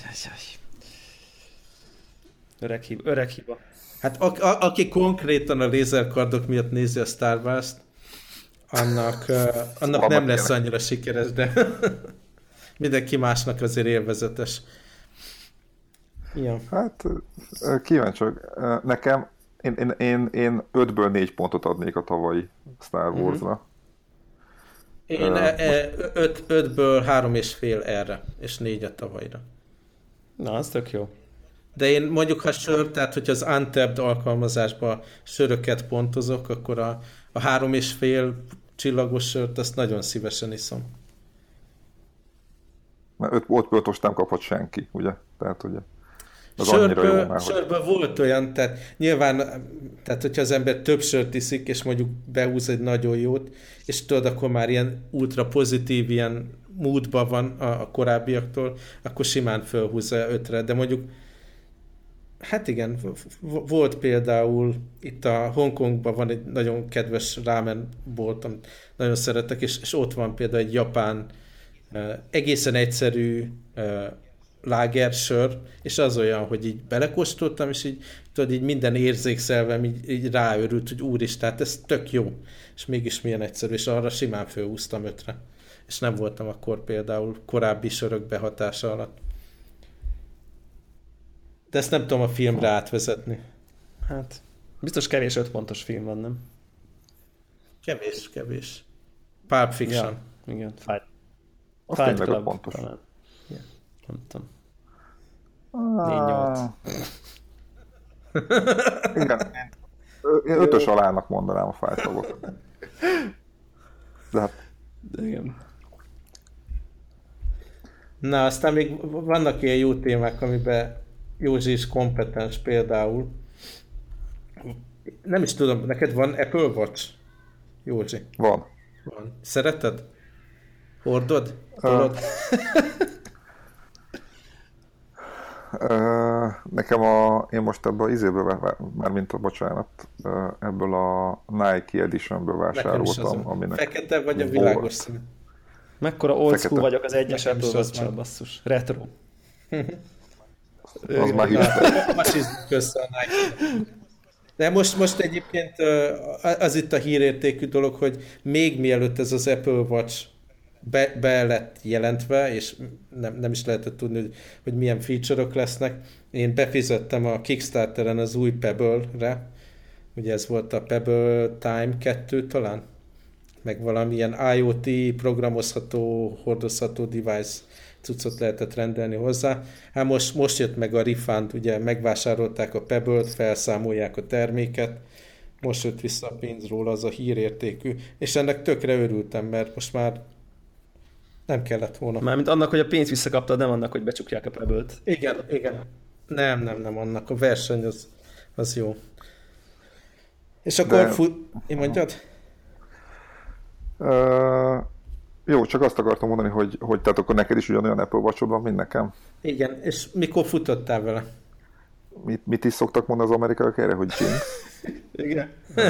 Öreg hiba. Öreg hiba. Hát a, a, aki konkrétan a lézerkardok miatt nézi a Star Wars-t, annak, uh, annak nem lesz annyira sikeres, de mindenki másnak azért élvezetes. Ja. Hát kíváncsi vagyok. Nekem, én, én, én, én ötből négy pontot adnék a tavalyi Star Wars-ra. Mm-hmm. Én uh, e, öt, ötből három és fél erre, és négy a tavalyra. Na, az tök jó. De én mondjuk, ha sör, tehát hogyha az Untapped alkalmazásban söröket pontozok, akkor a, a három és fél csillagos sört, azt nagyon szívesen iszom. Mert öt, ötből most nem kaphat senki, ugye? Tehát ugye... Az annyira jó már, sörből hogy... volt olyan, tehát nyilván, tehát hogyha az ember több sört iszik, és mondjuk behúz egy nagyon jót, és tudod, akkor már ilyen ultra pozitív, ilyen moodban van a, a korábbiaktól, akkor simán fölhúzza ötre, de mondjuk hát igen, volt például itt a Hongkongban van egy nagyon kedves ramen bolt, amit nagyon szeretek, és, és ott van például egy japán uh, egészen egyszerű uh, lágersör, és az olyan, hogy így belekóstoltam, és így, tudod, így minden érzékszelvem így, így ráörült, hogy úristen, hát ez tök jó, és mégis milyen egyszerű, és arra simán fölhúztam ötre, és nem voltam akkor például korábbi sörök behatása alatt. De ezt nem tudom a filmre átvezetni. Hát, biztos kevés öt pontos film van, nem? Kevés, kevés. Pulp Fiction. Ja, igen. Fight, Fight Club. Pontos. Talán. Yeah. Nem tudom. négy nyolc. Igen. Én ötös alának mondanám a Fight Clubot. De hát... De igen. Na, aztán még vannak ilyen jó témák, amiben Józsi is kompetens például. Nem is tudom, neked van Apple Watch? Józsi? Van. Van. Szereted? Hordod? Tolod? Uh, nekem a, én most ebből az izéből, már mint a bocsánat, ebből a Nike Editionből vásároltam. Aminek fekete vagy a világos színű? Mekkora old school vagyok az egyes Apple Watch-sal, basszus. Retro. Az már hívta. Masizmuk össze a Nike. De most, most egyébként az itt a hírértékű dolog, hogy még mielőtt ez az Apple Watch be, be lett jelentve, és nem, nem is lehetett tudni, hogy, hogy milyen feature-ok lesznek, én befizettem a Kickstarteren az új Pebble-re, ugye ez volt a Pebble Time kettő talán, meg valamilyen IoT programozható, hordozható device cuccot lehetett rendelni hozzá. Hát most, most jött meg a refund, ugye megvásárolták a Pebble-t, felszámolják a terméket, most jött vissza a pénz róla, az a hírértékű, és ennek tökre örültem, mert most már nem kellett volna. Mármint annak, hogy a pénzt visszakaptad, nem annak, hogy becsukják a Pebble-t. Igen, igen. Nem, nem, nem annak. A verseny az, az jó. És akkor De... fut... Én mondjad? Uh... Jó, csak azt akartam mondani, hogy, hogy tehát akkor neked is ugyanolyan Apple Watch-od van, mint nekem. Igen, és mikor futottál vele? Mit, mit is szoktak mondani az amerikaiak erre, hogy jinx? Igen.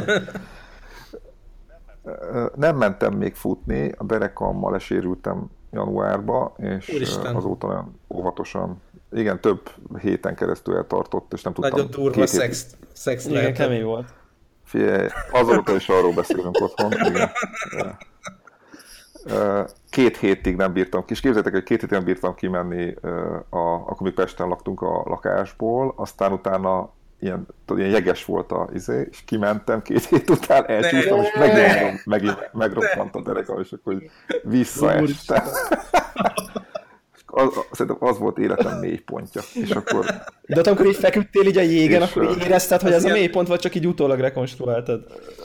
Nem mentem még futni, a derekammal lesérültem januárba, és Úristen. Azóta nagyon óvatosan, igen, több héten keresztül eltartott, és nem tudtam. Nagyon durva szex, szex lehet. Igen, kemény volt. Figyelj, azóta is arról beszélünk otthon, igen. Két hétig nem bírtam ki, és képzeljétek, hogy két hétig nem bírtam kimenni, a, akkor még Pesten laktunk a lakásból, aztán utána ilyen, tudod, ilyen jeges volt a izé, és kimentem két hét után, elcsúsztam, és megint, megint megroppant a derekam, és akkor visszaestem. Az, szerintem az volt életem mélypontja. És akkor... De ott, amikor így feküdtél így a jégen, akkor így érezted, hogy ez a mélypont, vagy csak így utólag rekonstruáltad?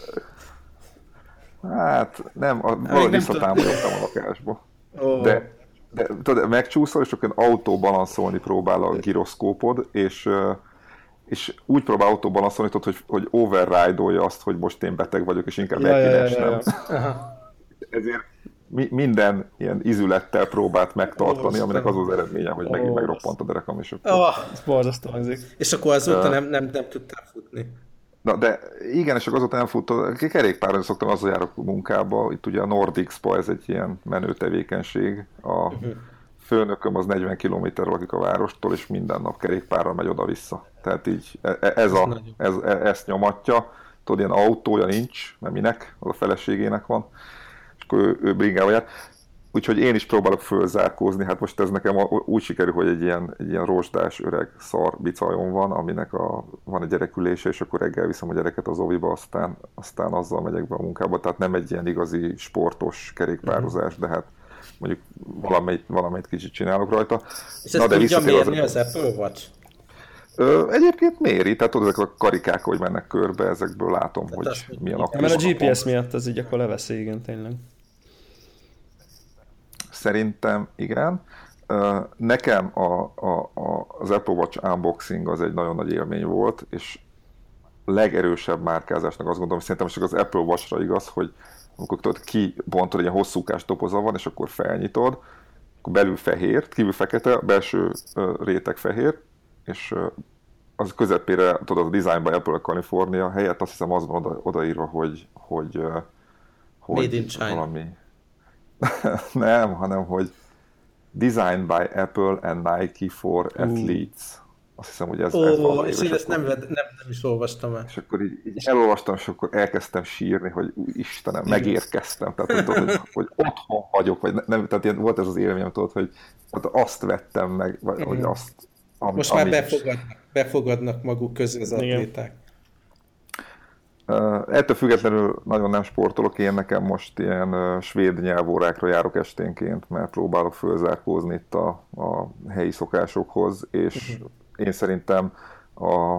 Hát nem, valahogy visszatámolyogtam a lakásba. Oh. De, de tudod, megcsúszol, és akkor autóbalanszolni próbál a giroszkópod, és, és úgy próbál autóbalanszolni, tudod, hogy, hogy override-olja azt, hogy most én beteg vagyok, és inkább ja, el kéne esnem. Ja, ja, ja. Ezért mi, minden ilyen izülettel próbált megtartani, aminek az az eredménye, hogy megint oh. megroppant a derekam, és akkor... Oh, ez borzasztó hangzik. És akkor azóta uh, nem, nem, nem tudtál futni. Na, de igen, és akkor azóta nem futtam, kerékpáron szoktam, azzal járok munkába, itt ugye a Nordic Spa, ez egy ilyen menő tevékenység, a uh-huh. főnököm az negyven kilométer lakik a várostól, és minden nap kerékpárral megy oda-vissza. Tehát így ez, a, ez, ezt nyomatja, tudod, ilyen autója nincs, mert minek, az a feleségének van, és akkor ő, ő bringával jár. Úgyhogy én is próbálok fölzárkózni, hát most ez nekem úgy sikerül, hogy egy ilyen, egy ilyen rozsdás öreg szar bicajom van, aminek a, van egy gyerekülése, és akkor reggel viszem a gyereket az oviba, aztán, aztán azzal megyek be a munkába, tehát nem egy ilyen igazi sportos kerékpározás, de hát mondjuk valamelyik, valamelyik kicsit csinálok rajta. És ezt Na, tudja mérni az, az Apple Watch? Ö, egyébként méri, tehát tudod, ezek a karikák, hogy mennek körbe, ezekből látom, tehát hogy az, milyen aktív. Mert a gé pé es miatt az így akkor leveszi, igen, tényleg. Szerintem igen. Nekem a, a, a, az Apple Watch unboxing az egy nagyon nagy élmény volt, és legerősebb márkázásnak azt gondolom, szerintem csak az Apple Watch-ra igaz, hogy amikor tudod, kibontod, egy ilyen hosszúkás doboza van, és akkor felnyitod, akkor belül fehér, kívül fekete, belső réteg fehér, és az közepére, tudod, a Design by Apple California helyett azt hiszem az van oda, odaírva, hogy, hogy, hogy Made in China. Valami... nem, hanem, hogy Designed by Apple and Nike for uh. Athletes. Azt hiszem, hogy ez... Ó, ez oh, és én ezt nem, nem, nem is olvastam el. És akkor így, így elolvastam, és akkor elkezdtem sírni, hogy Istenem, megérkeztem. Tehát tudod, hogy, hogy otthon vagyok, vagy nem, tehát ilyen, volt ez az élményem, tudod, hogy azt vettem meg, vagy hogy azt... Ami, most már ami... befogadnak, befogadnak maguk közé az atléták. Uh, ettől függetlenül nagyon nem sportolok, én nekem most ilyen uh, svéd nyelvórákra járok esténként, mert próbálok fölzárkózni itt a, a helyi szokásokhoz, és uh-huh. én szerintem a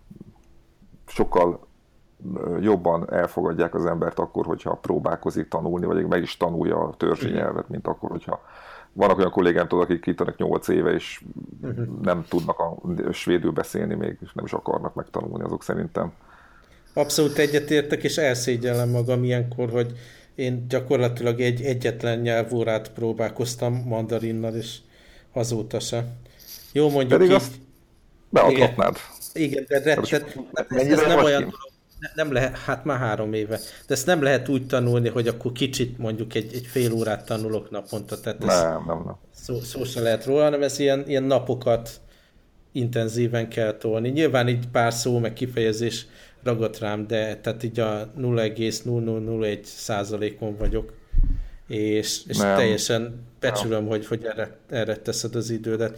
sokkal jobban elfogadják az embert akkor, hogyha próbálkozik tanulni, vagy meg is tanulja a törzsi nyelvet, mint akkor, hogyha vannak olyan kollégám, tudod, akik itt vannak nyolc éve, és uh-huh. nem tudnak a svédül beszélni még, és nem is akarnak megtanulni, azok szerintem. Abszolút egyetértek, és elszégyellem magam ilyenkor, hogy én gyakorlatilag egy egyetlen nyelvórát próbálkoztam mandarinnal, és azóta se. Jó, mondjuk pedig így... azt beadhatnád. Igen, de rettet, ez, ez nem olyan dolog, nem lehet, hát már három éve, de ezt nem lehet úgy tanulni, hogy akkor kicsit mondjuk egy, egy fél órát tanulok naponta, tehát ez nem, nem, nem. Szó, szó se lehet róla, hanem ez ilyen, ilyen napokat intenzíven kell tolni. Nyilván így pár szó, meg kifejezés ragadt rám, de tehát így a nulla egész nulla nulla nulla egy százalékon vagyok, és, és teljesen becsülöm, hogy, hogy erre, erre teszed az idődet.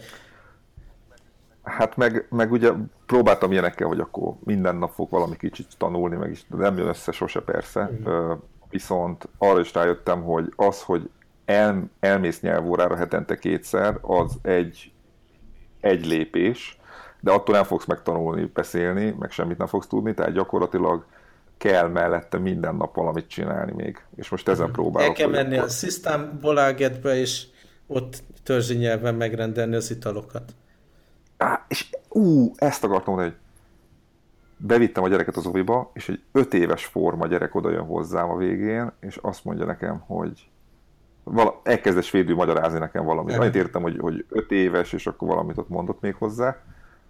Hát meg, meg ugye próbáltam ilyenekkel, hogy akkor minden nap fog valami kicsit tanulni, meg is, de nem jön össze sose persze. Mm. Viszont arra is rájöttem, hogy az, hogy el, elmész nyelvórára hetente kétszer, az egy, egy lépés, de attól nem fogsz megtanulni beszélni, meg semmit nem fogsz tudni, tehát gyakorlatilag kell mellette minden nap valamit csinálni még. És most ezen próbálok. El kell menni akkor... a System Bolagetbe, és ott törzsi nyelven megrendelni az italokat. Á, és ú, ezt akartam mondani, hogy bevittem a gyereket az oviba, és egy öt éves forma gyerek oda jön hozzám a végén, és azt mondja nekem, hogy vala, elkezdett svédül magyarázni nekem valamit. Annyit értem, hogy, hogy öt éves, és akkor valamit ott mondott még hozzá.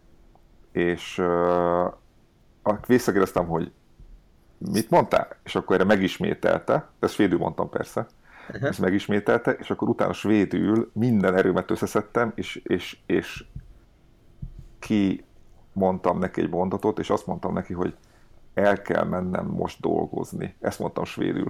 És uh, visszakérdeztem, hogy mit mondtál? És akkor erre megismételte, ezt svédül mondtam persze, uh-huh. ezt megismételte, és akkor utána svédül minden erőmet összeszedtem, és, és, és ki mondtam neki egy mondatot, és azt mondtam neki, hogy el kell mennem most dolgozni. Ezt mondtam svédül.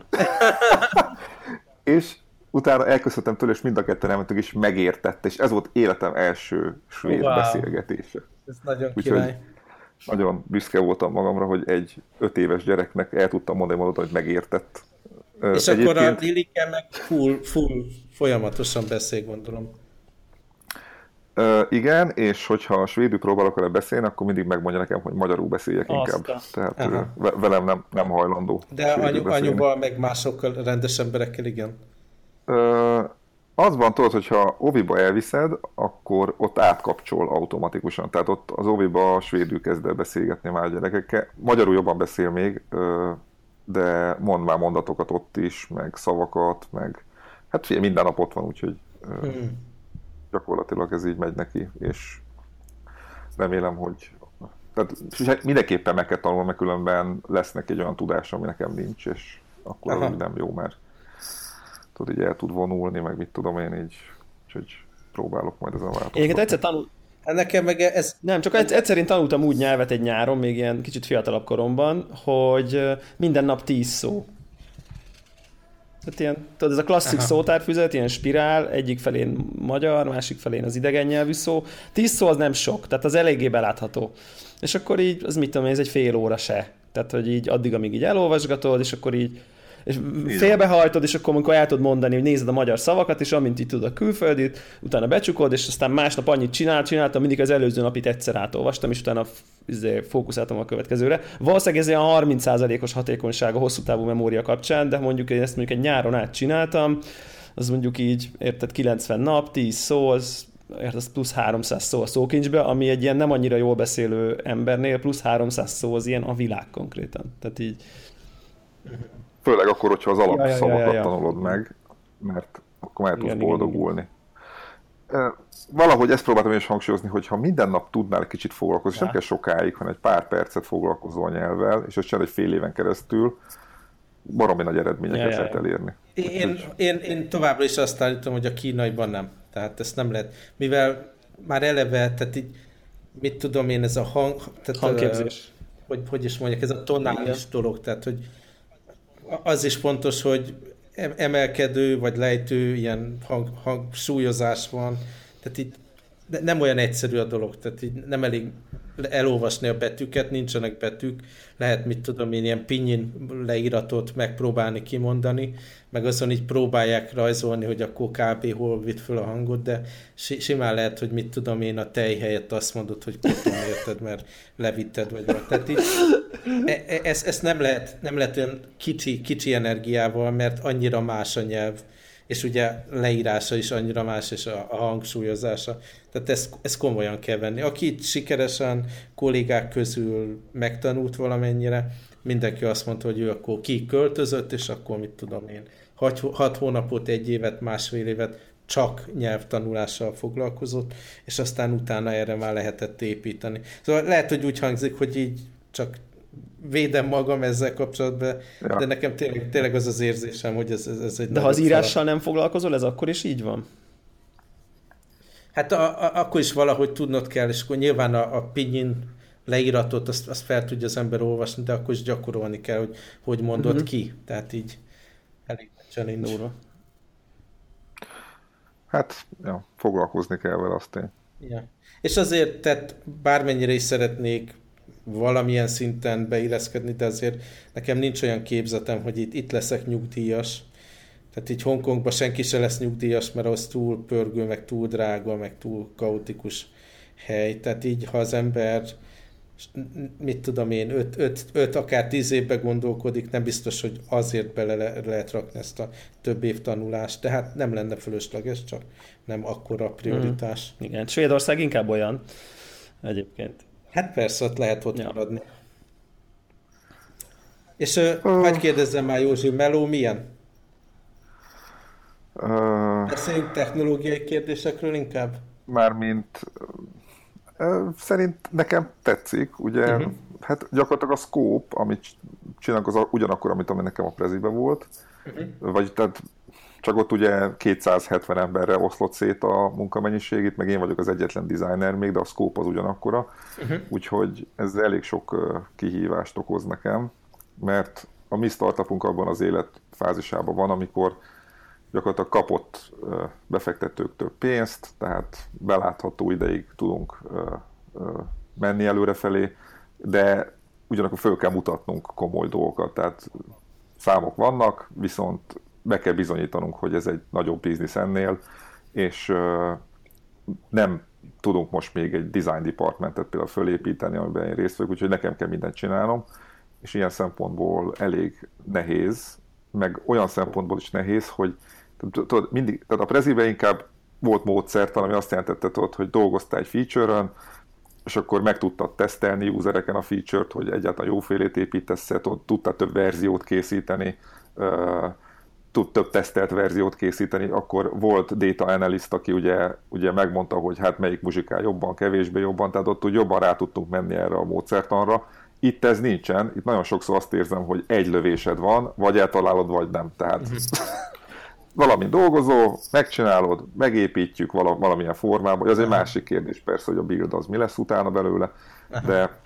És utána elköszöntem tőle, és mind a ketten elmentünk, és megértette, és ez volt életem első svéd wow. beszélgetése. Ez nagyon Úgy, király. Nagyon büszke voltam magamra, hogy egy öt éves gyereknek el tudtam mondani mondatot, hogy megértett. És Egyébként... akkor a Lilike meg full, full folyamatosan beszél, gondolom. Uh, igen, és hogyha svédül próbálok vele beszélni, akkor mindig megmondja nekem, hogy magyarul beszéljek inkább. Tehát uh, velem nem, nem hajlandó. De anyu, anyuval, meg másokkal, rendes emberekkel, igen. Uh, az van, tudod, hogyha oviba elviszed, akkor ott átkapcsol automatikusan. Tehát ott az oviba svédül kezd el beszélgetni már a gyerekekkel. Magyarul jobban beszél még, uh, de mond már mondatokat ott is, meg szavakat, meg hát figyelj, minden nap ott van, úgyhogy... Uh, hmm. gyakorlatilag ez így megy neki, és remélem, hogy tehát mindenképpen meg kell tanulni, mert különben lesz neki egy olyan tudás, ami nekem nincs, és akkor Aha. nem jó, mert tudod, így el tud vonulni, meg mit tudom én így, úgyhogy próbálok majd ezen változtatni. Egyébként egyszer tanul... Nekem meg ez... Nem, csak egyszer én tanultam úgy nyelvet egy nyáron, még ilyen kicsit fiatalabb koromban, hogy minden nap tíz szó. Tehát ilyen, tudod, ez a klasszik Aha. szótárfüzet, ilyen spirál, egyik felén magyar, másik felén az idegen nyelvű szó. Tíz szó az nem sok, tehát az eléggé belátható. És akkor így, az mit tudom én, ez egy fél óra se. Tehát, hogy így addig, amíg így elolvasgatod, és akkor így és félbehajtod, és akkor amikor el tudod mondani, hogy nézed a magyar szavakat, és amint így tudod a külföldit, utána becsukod, és aztán másnap annyit csinál, csináltam, mindig az előző napit egyszer átolvastam, és utána fókuszáltam a következőre. Valószínűleg ez ilyen harminc százalékos hatékonyság a hosszú távú memória kapcsán, de mondjuk én ezt mondjuk egy nyáron át csináltam, az mondjuk így, érted, kilencven nap, tíz szó, az, érted, plusz háromszáz szó a szókincsbe, ami egy ilyen nem annyira jól beszélő embernél, plusz háromszáz szó az ilyen a világ konkrétan. Tehát így... Főleg akkor, hogyha az alapszavakat ja, ja, ja, ja. tanulod meg, mert akkor már tudsz boldogulni. Igen, igen. Valahogy ezt próbáltam én is hangsúlyozni, hogy ha minden nap tudnál egy kicsit foglalkozni, és nem kell sokáig, hanem egy pár percet foglalkozol a nyelvvel, és ezt csinálod egy fél éven keresztül, baromi nagy eredményeket ja, lehet elérni. Én, én, én, én továbbra is azt állítom, hogy a kínaiban nem. Tehát ezt nem lehet. Mivel már eleve, tehát így, mit tudom én, ez a hang... Tehát hangképzés. A, hogy, hogy is mondják, ez a tonális igen. dolog. Tehát, hogy az is fontos, hogy emelkedő vagy lejtő ilyen hang, hangsúlyozás van. Tehát így nem olyan egyszerű a dolog, tehát így nem elég elolvasni a betűket, nincsenek betűk, lehet, mit tudom én, ilyen pinyin leíratot megpróbálni kimondani, meg azon így próbálják rajzolni, hogy akkor kb. Hol vitt föl a hangot, de simán lehet, hogy mit tudom én, a tej helyett azt mondod, hogy potom érted, mert levitted, vagy vagy. Tehát így, ezt, ezt nem lehet, nem lehet olyan kicsi, kicsi energiával, mert annyira más a nyelv, és ugye leírása is annyira más, és a, a hangsúlyozása. Tehát ezt, ezt komolyan kell venni. Aki itt sikeresen kollégák közül megtanult valamennyire, mindenki azt mondta, hogy ő akkor kiköltözött, és akkor mit tudom én, hat, hat hónapot, egy évet, másfél évet csak nyelvtanulással foglalkozott, és aztán utána erre már lehetett építeni. Szóval lehet, hogy úgy hangzik, hogy így csak védem magam ezzel kapcsolatban, ja. de nekem tényleg, tényleg az az érzésem, hogy ez, ez, ez egy... De ha az írással szalap. Nem foglalkozol, ez akkor is így van? Hát a, a, akkor is valahogy tudnod kell, és akkor nyilván a, a pinyin leíratot, azt, azt fel tudja az ember olvasni, de akkor is gyakorolni kell, hogy hogy mondod uh-huh. ki. Tehát így elég challenge. Hát, ja, foglalkozni kell vele, azt én. Ja. És azért, tehát bármennyire is szeretnék valamilyen szinten beilleszkedni, de azért nekem nincs olyan képzetem, hogy itt, itt leszek nyugdíjas. Tehát így Hongkongban senki se lesz nyugdíjas, mert az túl pörgő, meg túl drága, meg túl kaotikus hely. Tehát így, ha az ember, mit tudom én, öt, öt, öt akár tíz évbe gondolkodik, nem biztos, hogy azért bele le, lehet rakni ezt a több év tanulást. Tehát nem lenne fölösleges, csak nem akkora prioritás. Mm. Igen, Svédország inkább olyan egyébként. Hát persze, ott lehet ott ja. maradni. És uh, uh. hagyj kérdezzem már, Józsi, meló milyen? Uh. Beszéljünk technológiai kérdésekről inkább? Mármint uh, szerint nekem tetszik, ugye, uh-huh. hát gyakorlatilag a scope, amit csinálnak, az ugyanakkor, amit ami nekem a prezibe volt, uh-huh. vagy tehát csak ott ugye kétszázhetven emberre oszlott szét a munkamennyiségét, meg én vagyok az egyetlen designer még, de a scope az ugyanakkora, uh-huh. úgyhogy ez elég sok kihívást okoz nekem, mert a mi startupunk abban az életfázisában van, amikor gyakorlatilag kapott befektetőktől pénzt, tehát belátható ideig tudunk menni előrefelé, de ugyanakkor föl kell mutatnunk komoly dolgokat, tehát számok vannak, viszont be kell bizonyítanunk, hogy ez egy nagyobb biznisz ennél, és nem tudunk most még egy design departmentet például fölépíteni, amiben én részt vagyok, úgyhogy nekem kell mindent csinálnom, és ilyen szempontból elég nehéz, meg olyan szempontból is nehéz, hogy tudod, mindig, tehát a prezibe inkább volt módszertan, ami azt jelentette, tudod, hogy dolgoztál egy feature-ön, és akkor meg tudtad tesztelni usereken a feature-t, hogy egyáltalán jófélét építesz, tudtál több verziót készíteni, tud több tesztelt verziót készíteni, akkor volt data analyst, aki ugye, ugye megmondta, hogy hát melyik muzsikál jobban, kevésbé jobban, tehát ott úgy jobban rá tudtunk menni erre a módszertanra. Itt ez nincsen, itt nagyon sokszor azt érzem, hogy egy lövésed van, vagy eltalálod, vagy nem. Tehát valamin dolgozol, megcsinálod, megépítjük vala, valamilyen formában. Az egy másik kérdés persze, hogy a build az mi lesz utána belőle, de,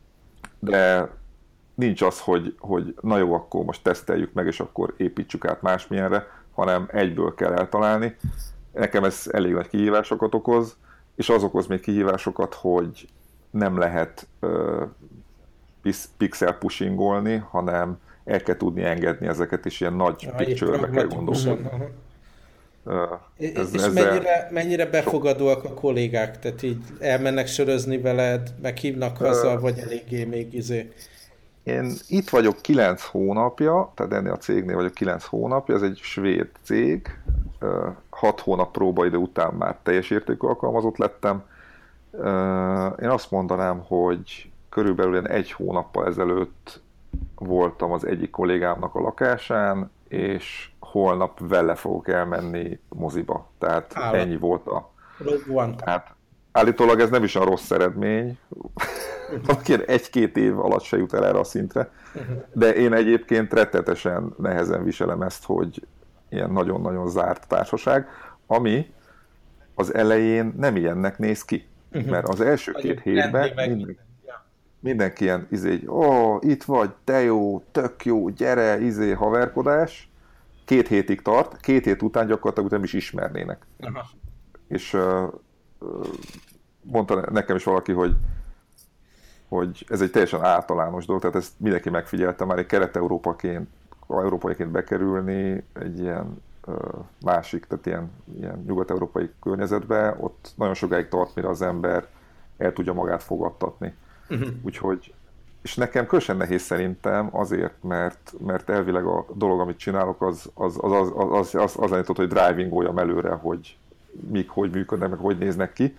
de nincs az, hogy, hogy na jó, akkor most teszteljük meg, és akkor építsük át másmilyenre, hanem egyből kell eltalálni. Nekem ez elég nagy kihívásokat okoz, és az okoz még kihívásokat, hogy nem lehet uh, pixel pushingolni, hanem el kell tudni engedni ezeket, és ilyen nagy ja, picture-be kell gondolni. Uh, ez, és mennyire, mennyire befogadóak a kollégák? Tehát így elmennek sörözni veled, meghívnak haza, uh, vagy eléggé még izé? Én itt vagyok kilenc hónapja, tehát ennél a cégnél vagyok kilenc hónapja, ez egy svéd cég, hat hónap próbaidő után már teljes értékű alkalmazott lettem. Én azt mondanám, hogy körülbelül egy hónappal ezelőtt voltam az egyik kollégámnak a lakásán, és holnap vele fogok elmenni moziba. Tehát Állat. ennyi volt a... Tehát állítólag ez nem is a rossz eredmény. Egy-két év alatt se jut el erre a szintre. De én egyébként rettetesen nehezen viselem ezt, hogy ilyen nagyon-nagyon zárt társaság, ami az elején nem ilyennek néz ki. Mert az első két hétben mindenki, mindenki ilyen, izé, ó, oh, itt vagy, te jó, tök jó, gyere, izé, haverkodás. Két hétig tart, két hét után gyakorlatilag nem is ismernének. Aha. És uh, mondta nekem is valaki, hogy, hogy ez egy teljesen általános dolog, tehát ezt mindenki megfigyelte, már egy kelet-európaként, európaiként bekerülni egy ilyen uh, másik, tehát ilyen, ilyen nyugat-európai környezetbe, ott nagyon sokáig tart, mire az ember el tudja magát fogadtatni. Uh-huh. Úgyhogy, és nekem különösen nehéz szerintem azért, mert, mert elvileg a dolog, amit csinálok, az az, az, az, az, az, az állított, hogy drivingoljam előre, hogy mik, hogy működnek, meg hogy néznek ki.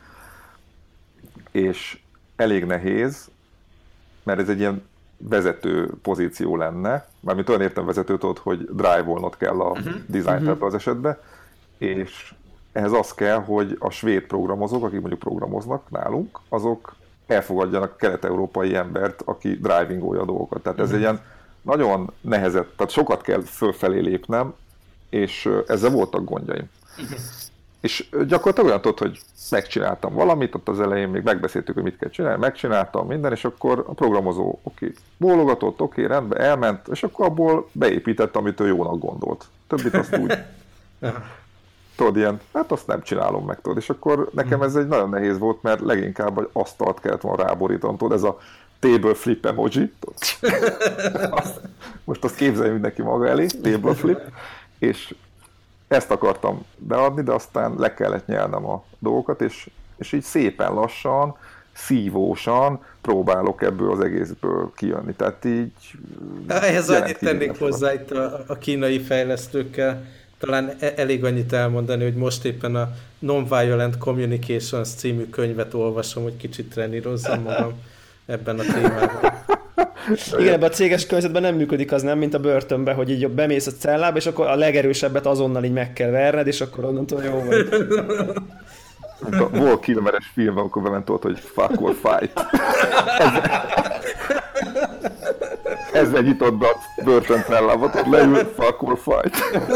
És elég nehéz, mert ez egy ilyen vezető pozíció lenne, mármint olyan értem vezetőt ott, hogy drive-olnod kell a uh-huh. design uh-huh. az esetben, és ehhez az kell, hogy a svéd programozók, akik mondjuk programoznak nálunk, azok elfogadjanak kelet-európai embert, aki drivingolja a dolgokat. Tehát ez uh-huh. egy ilyen nagyon nehezett, tehát sokat kell fölfelé lépnem, és ezzel voltak gondjaim. Uh-huh. És gyakorlatilag olyan tudod, hogy megcsináltam valamit, ott az elején még megbeszéltük, hogy mit kell csinálni, megcsináltam minden, és akkor a programozó oké, bólogatott, oké, rendben, elment, és akkor abból beépített, amit ő jónak gondolt. Többit azt úgy, tudod, ilyen, hát azt nem csinálom meg, tudod. És akkor nekem ez egy nagyon nehéz volt, mert leginkább hogy asztalt kellett volna ráborítanom, tudod, ez a table flip emoji, azt, most azt képzelj mindenki maga elé, table flip, és ezt akartam beadni, de aztán le kellett nyelnem a dolgokat, és, és így szépen lassan, szívósan próbálok ebből az egészből kijönni. Tehát így... Ehhez annyit tennék hozzá itt a, a kínai fejlesztőkkel. Talán elég annyit elmondani, hogy most éppen a Nonviolent Communications című könyvet olvasom, hogy kicsit trenírozzam magam ebben a témában. Igen, ebben a céges környezetben nem működik az nem, mint a börtönben, hogy így bemész a cellába, és akkor a legerősebbet azonnal így meg kell verned, és akkor onnantól jó vagy. Volt Kilmeres film, amikor bement ott, hogy fuck or fight. Ezzel, ezzel nyitott be a börtöncellába, hogy leült fuck or fight.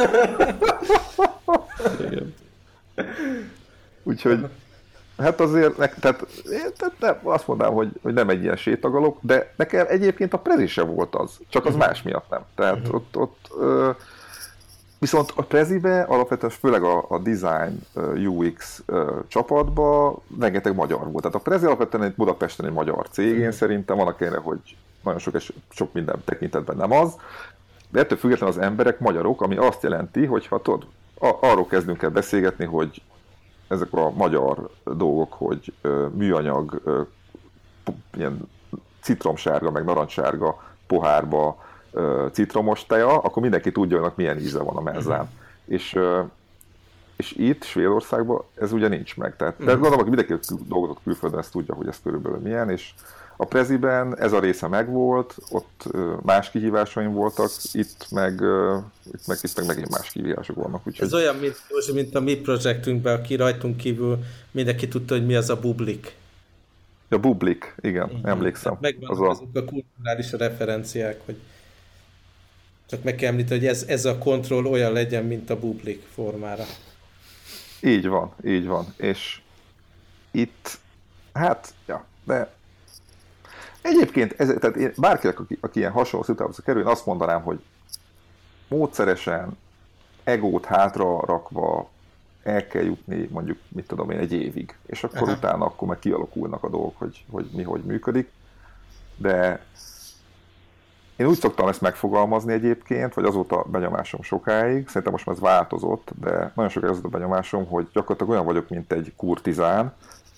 Igen. Úgyhogy hát azért, ne, tehát, tehát nem, azt mondanám, hogy, hogy nem egy ilyen sétagalop, de nekem egyébként a Prezi se volt az, csak az uh-huh. más miatt nem. Tehát uh-huh. ott, ott ö, viszont a Prezibe alapvetően főleg a, a design u iksz ö, csapatban rengeteg magyar volt. Tehát a Prezi alapvetően egy Budapesten egy magyar cég, én szerintem annak ellenére, hogy nagyon sok, sok minden tekintetben nem az, de ettől függetlenül az emberek magyarok, ami azt jelenti, hogy ha tudod, a, arról kezdünk el beszélgetni, hogy ezek a magyar dolgok, hogy ö, műanyag, ö, ilyen citromsárga, meg narancssárga pohárba ö, citromos teja, akkor mindenki tudja, hogy milyen íze van a mezán. Uh-huh. És, ö, és itt, Svédországban ez ugye nincs meg. Tehát, uh-huh. de gondolom, hogy mindenki dolgozott külföldön, ezt tudja, hogy ez körülbelül milyen, és a Preziben ez a része megvolt, ott ö, más kihívásaim voltak, itt meg, ö, itt meg, itt meg megint más kihívások vannak. Úgyhogy... Ez olyan, mint, mint a mi projektünkben, aki rajtunk kívül mindenki tudta, hogy mi az a bublik. A bublik, igen, igen. Emlékszem. Megvannak az azok a... a kulturális referenciák, hogy csak meg kell említeni, hogy ez, ez a kontroll olyan legyen, mint a bublik formára. Így van, így van. És itt, hát, ja, de egyébként, ez, tehát én, bárkinek, aki, aki ilyen hasonló szituációba kerül, én azt mondanám, hogy módszeresen, egót hátra rakva el kell jutni mondjuk, mit tudom én, egy évig. És akkor Aha. utána akkor meg kialakulnak a dolgok, hogy, hogy mi hogy működik. De én úgy szoktam ezt megfogalmazni egyébként, vagy azóta a benyomásom sokáig, szerintem most már ez változott, de nagyon sokáig az a benyomásom, hogy gyakorlatilag olyan vagyok, mint egy kurtizán,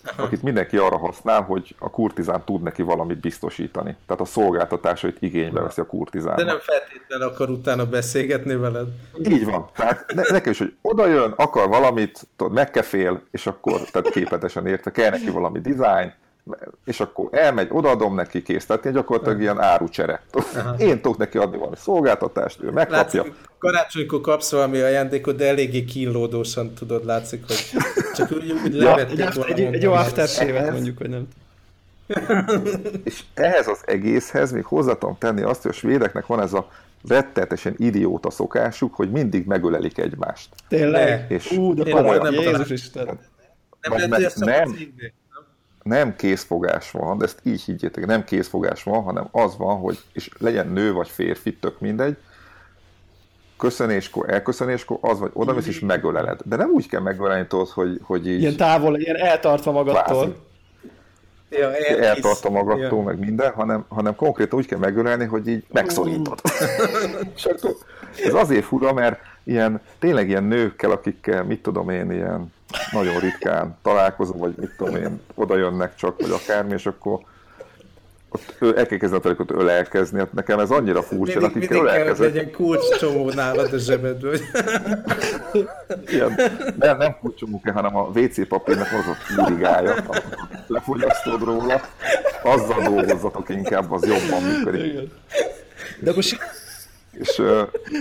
akit mindenki arra használ, hogy a kurtizán tud neki valamit biztosítani. Tehát a szolgáltatásait igénybe veszi a kurtizán. De nem feltétlenül akar utána beszélgetni veled. Így van. Tehát ne, nekem is, hogy oda jön, akar valamit, tudod, megkefél, és akkor, tehát képletesen érte, kell neki valami design, és akkor elmegy, odaadom neki, kész. Tehát én gyakorlatilag ilyen árucsere. Én tudok neki adni valami szolgáltatást, ő megkapja. Látszik, karácsonykor kapsz valami ajándékot, de eléggé kínlódósan tudod, látszik, hogy csak úgy, úgy ja, levették egy, volna. Egy, egy jó aftershave-et mondjuk, hogy nem. És ehhez az egészhez még hozzá tudom tenni azt, hogy a svédeknek van ez a rettenetesen idióta szokásuk, hogy mindig megölelik egymást. Tényleg? És Ú, de komolyan, Jézus Isten. Nem lehet, hogy nem, nem készfogás van, de ezt így higgyétek, nem készfogás van, hanem az van, hogy, és legyen nő vagy férfi, tök mindegy, köszönéskor, elköszönéskor az vagy odamész és megöleled. De nem úgy kell megölelni, tudod, hogy, hogy így... Ilyen távol, ilyen eltartva magadtól. Ja, eltartva magadtól, ja. meg minden, hanem, hanem konkrétan úgy kell megölelni, hogy így megszorítod. És akkor ez azért fura, mert ilyen, tényleg ilyen nőkkel, akikkel, mit tudom én, ilyen nagyon ritkán találkozom, vagy mit tudom én, oda jönnek csak, vagy akármi, és akkor ott el kell kezdeni a ölelkezni, hát nekem ez annyira furcsa, mindig, akikkel ölelkezek. Mindig kell, hogy legyen kulcscsomó nálad a zsebedből. Igen, nem, nem kulcscsomó kell, hanem a vé cé papírnak az a fúrigája, lefogyasztod róla, azzal dolgozzatok inkább, az jobban működik. De akkor és, uh,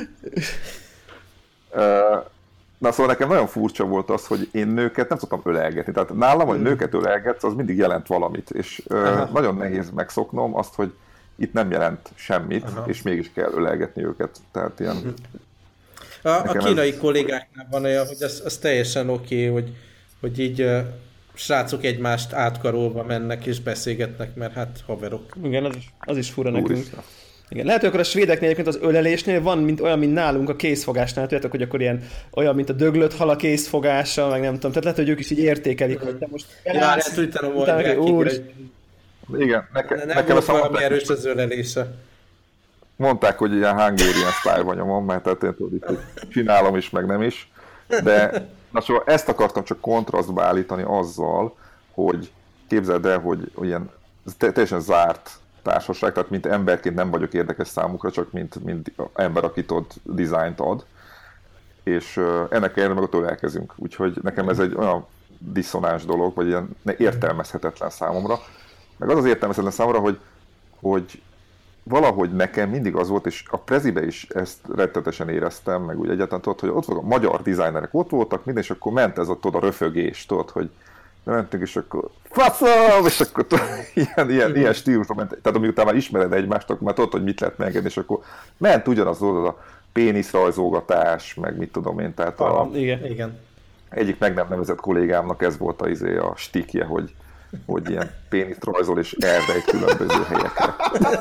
uh, na szóval nekem nagyon furcsa volt az, hogy én nőket nem tudtam ölelgetni. Tehát nálam, hogy nőket ölelgetsz, az mindig jelent valamit. És uh, nagyon nehéz megszoknom azt, hogy itt nem jelent semmit, aha. és mégis kell ölelgetni őket. Tehát ilyen... A, a kínai ez... kollégáknál van olyan, hogy az, az teljesen oké, okay, hogy, hogy így uh, srácok egymást átkarolva mennek és beszélgetnek, mert hát haverok. Igen, az is, az is fura nekünk. Igen. Lehet, hogy akkor a svédeknél egyébként az ölelésnél van mint, olyan, mint nálunk a készfogásnál, tudjátok, hogy akkor ilyen olyan, mint a döglött hal a készfogása, meg nem tudom, tehát lehet, hogy ők is így értékelik, hogy te most elállsz, ja, utána mondják, úr. Igen, neke, ne, nekem volt valami erős az ölelése. Mondták, hogy ilyen Hungarian style nyomom, mert tehát én tudod, itt csinálom is, meg nem is, de na, szóval ezt akartam csak kontrasztba állítani azzal, hogy képzeld el, hogy ilyen teljesen zárt társaság, tehát mint emberként nem vagyok érdekes számukra, csak mint, mint ember, akit ott dizájnt ad, és uh, ennek ellenére meg ott ölelkezünk. Úgyhogy nekem ez egy olyan diszonáns dolog, vagy ilyen értelmezhetetlen számomra. Meg az az értelmezhetetlen számomra, hogy, hogy valahogy nekem mindig az volt, és a Prezibe is ezt rettetesen éreztem, meg úgy egyáltalán tudod, hogy ott voltak a magyar designerek, ott voltak, minden, és akkor ment ez ott oda röfögés, tudod, hogy de mentünk, és akkor faszom, és akkor ilyen, ilyen, ilyen stílusban ment. Tehát amiután már ismered egymást, akkor már tudod, hogy mit lehet megengedni, és akkor ment ugyanaz oda a péniszrajzolgatás, meg mit tudom én, tehát a, ah, igen, igen. egyik meg nem nevezett kollégámnak ez volt a, izé, a stikje, hogy, hogy ilyen péniszt rajzol, és erdej különböző helyekre.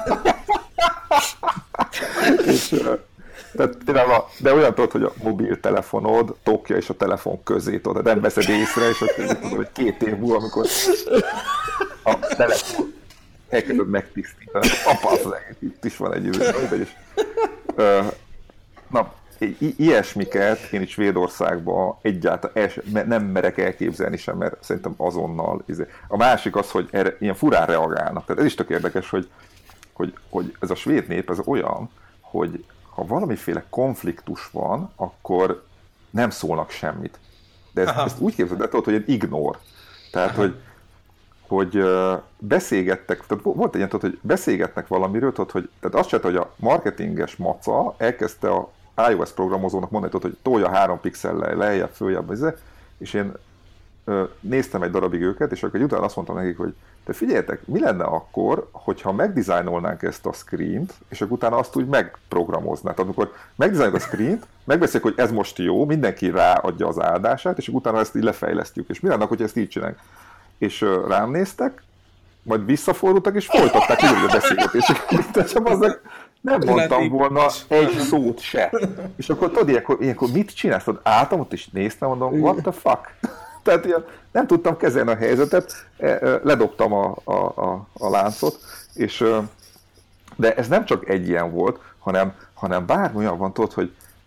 és, tehát, a, de olyan tudod, hogy a mobiltelefonod tokja és a telefon közé tudod, nem veszed észre, és akkor tudod, hogy két év múlva, amikor a telefon elkezded megtisztítani, apa, az itt is van egy idő. Na, i- ilyesmiket én itt Svédországban egyáltalán es, nem merek elképzelni sem, mert szerintem azonnal. A másik az, hogy erre ilyen furán reagálnak. Tehát ez is tök érdekes, hogy, hogy, hogy ez a svéd nép ez olyan, hogy ha valamiféle konfliktus van, akkor nem szólnak semmit. De ezt, ezt úgy képzeld el, hogy egy ignor. Tehát, aha. hogy, hogy beszélgettek, tehát volt egy ilyen, hogy beszélgetnek valamiről, hogy, tehát azt csinálta, hogy a marketinges maca elkezdte a iOS programozónak mondani, hogy tolja három pixellel lejjebb, följebb, és én néztem egy darabig őket, és akkor egy utána azt mondtam nekik, hogy de figyeljetek, mi lenne akkor, hogyha megdizájnolnánk ezt a screent, és akkor utána azt úgy megprogramoznánk. Tehát amikor megdizájnoljuk a screent, megbeszéljük, hogy ez most jó, mindenki ráadja az áldását, és akkor utána ezt így lefejlesztjük. És mi lenne, hogyha ezt így csinálunk? És uh, rám néztek, majd visszafordultak, és folytatták így a beszélgetéseket. Nem mondtam volna egy szót se. És akkor tudod, ilyenkor, ilyenkor mit csinálsz? Álltam ott, és néztem, mondom, what the fuck? Tehát ilyen, nem tudtam kezelni a helyzetet, ledobtam a, a, a, a láncot, és, de ez nem csak egy ilyen volt, hanem, hanem bármi olyan van, tudod, hogy,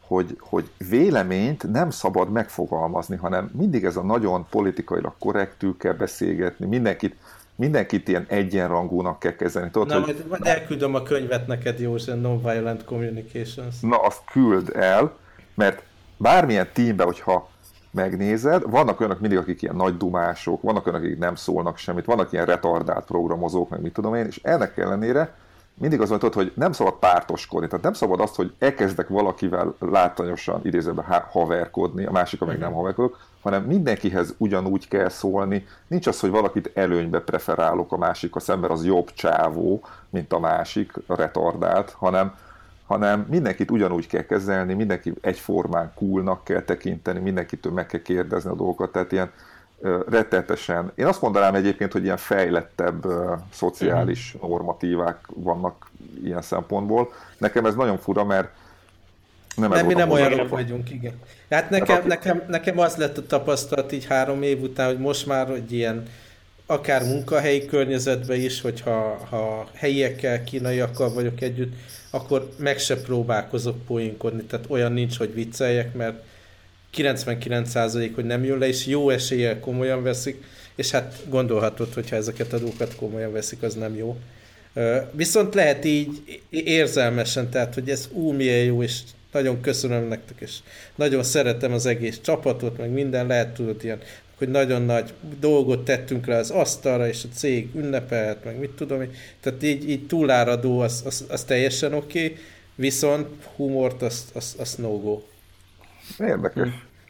hogy, hogy véleményt nem szabad megfogalmazni, hanem mindig ez a nagyon politikailag korrektül kell beszélgetni, mindenkit, mindenkit ilyen egyenrangúnak kell kezelni. Tudod, na, hogy... majd elküldöm a könyvet neked, József, Non-Violent Communications. Na, azt küld el, mert bármilyen teamben, hogyha megnézed, vannak olyanok mindig, akik ilyen nagy dumások, vannak olyanok, akik nem szólnak semmit, vannak ilyen retardált programozók, meg mit tudom én, és ennek ellenére mindig az mondtad, hogy nem szabad pártoskodni, tehát nem szabad azt, hogy elkezdek valakivel látványosan idézőben haverkodni, a másikkal meg nem haverkodok, hanem mindenkihez ugyanúgy kell szólni, nincs az, hogy valakit előnybe preferálok a másikkal szemben, az jobb csávó, mint a másik, a retardált, hanem hanem mindenkit ugyanúgy kell kezelni, mindenki egyformán coolnak kell tekinteni, mindenkitől meg kell kérdezni a dolgokat, tehát ilyen uh, rettetesen. Én azt mondanám egyébként, hogy ilyen fejlettebb uh, szociális normatívák vannak ilyen szempontból. Nekem ez nagyon fura, mert nem, nem ez mi nem olyanok van. vagyunk, igen. Hát nekem, hát, nekem, nekem az lett a tapasztalat így három év után, hogy most már egy ilyen akár munkahelyi környezetben is, hogyha ha helyiekkel, kínaiakkal vagyok együtt, akkor meg se próbálkozok poénkodni, tehát olyan nincs, hogy vicceljek, mert kilencvenkilenc százalék, hogy nem jön le, és jó eséllyel komolyan veszik, és hát gondolhatod, hogyha ezeket a dolgokat komolyan veszik, az nem jó. Viszont lehet így érzelmesen, tehát, hogy ez ú, milyen jó, és nagyon köszönöm nektek, és nagyon szeretem az egész csapatot, meg minden lehet, tudod, ilyen, hogy nagyon nagy dolgot tettünk le az asztalra, és a cég ünnepelhet, meg mit tudom én. Tehát így, így túláradó, az, az, az teljesen oké, okay, viszont humort, az, az, az no-go. Érdekes.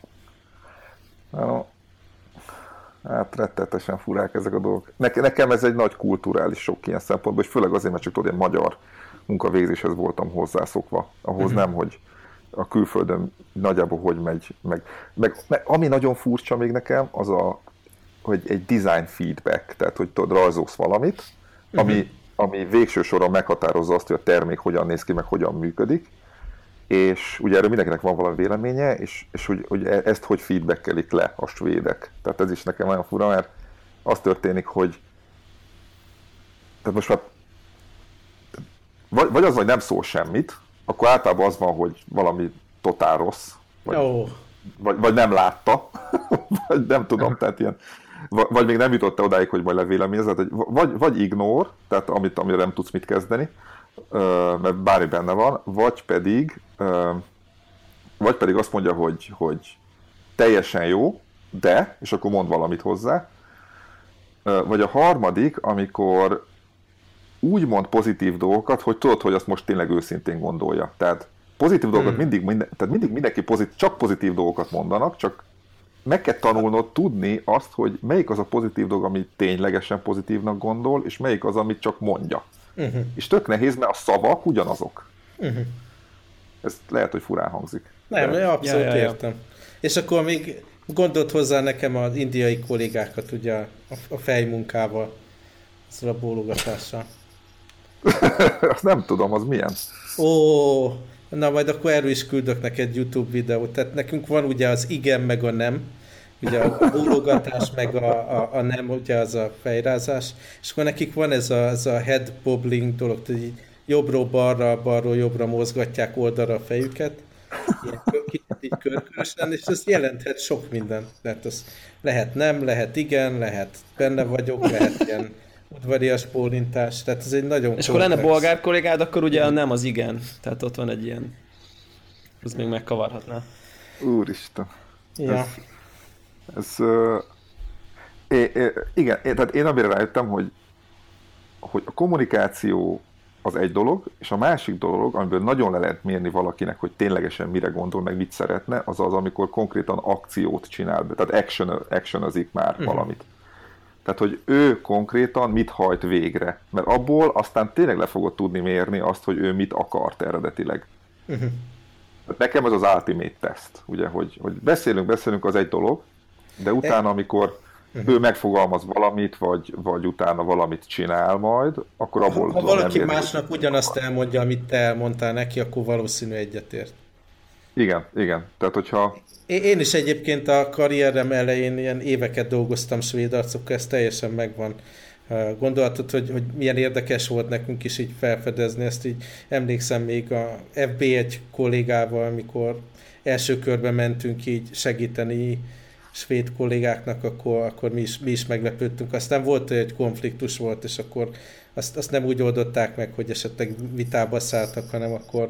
Hmm. Hát rettetesen furák ezek a dolgok. Ne, nekem ez egy nagy kulturális sok ilyen szempontból, és főleg azért, mert csak tudod, én magyar munkavégzéshez voltam hozzászokva. Ahhoz hmm. nem, hogy a külföldön nagyjából hogy megy, meg, meg, meg ami nagyon furcsa még nekem, az a, hogy egy design feedback, tehát hogy tudod, rajzolsz valamit, uh-huh. ami, ami végső soron meghatározza azt, hogy a termék hogyan néz ki, meg hogyan működik, és ugye erről mindenkinek van valami véleménye, és, és hogy, hogy ezt hogy feedbackelik le a svédek. Tehát ez is nekem nagyon fura, mert az történik, hogy tehát most már vagy, vagy az, hogy nem szól semmit, akkor általában az van, hogy valami totál rossz, vagy, oh. vagy, vagy nem látta, vagy nem tudom, tehát ilyen, vagy még nem jutott odáig, hogy majd levéleményezett, vagy, vagy ignore, tehát amit, amire nem tudsz mit kezdeni, mert bármi benne van, vagy pedig, vagy pedig azt mondja, hogy, hogy teljesen jó, de, és akkor mond valamit hozzá, vagy a harmadik, amikor úgy mond pozitív dolgokat, hogy tudod, hogy azt most tényleg őszintén gondolja. Tehát pozitív dolgokat hmm. mindig, minden, tehát mindig mindenki pozit, csak pozitív dolgokat mondanak, csak meg kell tanulnod tudni azt, hogy melyik az a pozitív dolog, amit ténylegesen pozitívnak gondol, és melyik az, amit csak mondja. Uh-huh. És tök nehéz, mert a szavak ugyanazok. Uh-huh. Ez lehet, hogy furán hangzik. Nem, de... abszolút ja, ja, értem. Ja. És akkor még gondolt hozzá nekem az indiai kollégákat, ugye a, a fejmunkával, ezzel a bólogatással. Azt nem tudom, az milyen? Ó, na majd akkor erről is küldök neked YouTube videót. Tehát nekünk van ugye az igen, meg a nem. Ugye a bólogatás, meg a, a, a nem, ugye az a fejrázás. És akkor nekik van ez a, ez a head bobbling dolog, hogy így jobbról balra, balról jobbra mozgatják oldalra a fejüket. Ilyen kicsit így körkörösen, és ez jelenthet sok mindent. Tehát az lehet nem, lehet igen, lehet benne vagyok, lehet ilyen udvarias bólintás, tehát ez egy nagyon és komplex. Akkor lenne bolgár kollégád, akkor ugye a nem az igen. Tehát ott van egy ilyen, az még megkavarhatná. Úristen. Ja. Ez, ez uh, é, é, igen, é, tehát én amire rájöttem, hogy, hogy a kommunikáció az egy dolog, és a másik dolog, amiből nagyon le lehet mérni valakinek, hogy ténylegesen mire gondol, meg mit szeretne, az az, amikor konkrétan akciót csinál, tehát action, actionözik már uh-huh. valamit. Tehát, hogy ő konkrétan mit hajt végre. Mert abból aztán tényleg le fogod tudni mérni azt, hogy ő mit akart eredetileg. Uh-huh. Nekem ez az ultimate test, ugye, hogy, hogy beszélünk, beszélünk, az egy dolog, de utána, amikor uh-huh. ő megfogalmaz valamit, vagy, vagy utána valamit csinál majd, akkor abból... Ha valaki másnak ugyanazt elmondja, amit te elmondtál neki, akkor valószínű egyetért. Igen, igen. Tehát, hogyha... Én is egyébként a karrierem elején ilyen éveket dolgoztam svéd arcokkal, ez teljesen megvan gondolatot, hogy, hogy milyen érdekes volt nekünk is így felfedezni ezt. Így emlékszem még a ef bé egy kollégával, amikor első körben mentünk így segíteni svéd kollégáknak, akkor, akkor mi, is, mi is meglepődtünk. Aztán volt, hogy egy konfliktus volt, és akkor azt, azt nem úgy oldották meg, hogy esetleg vitába szálltak, hanem akkor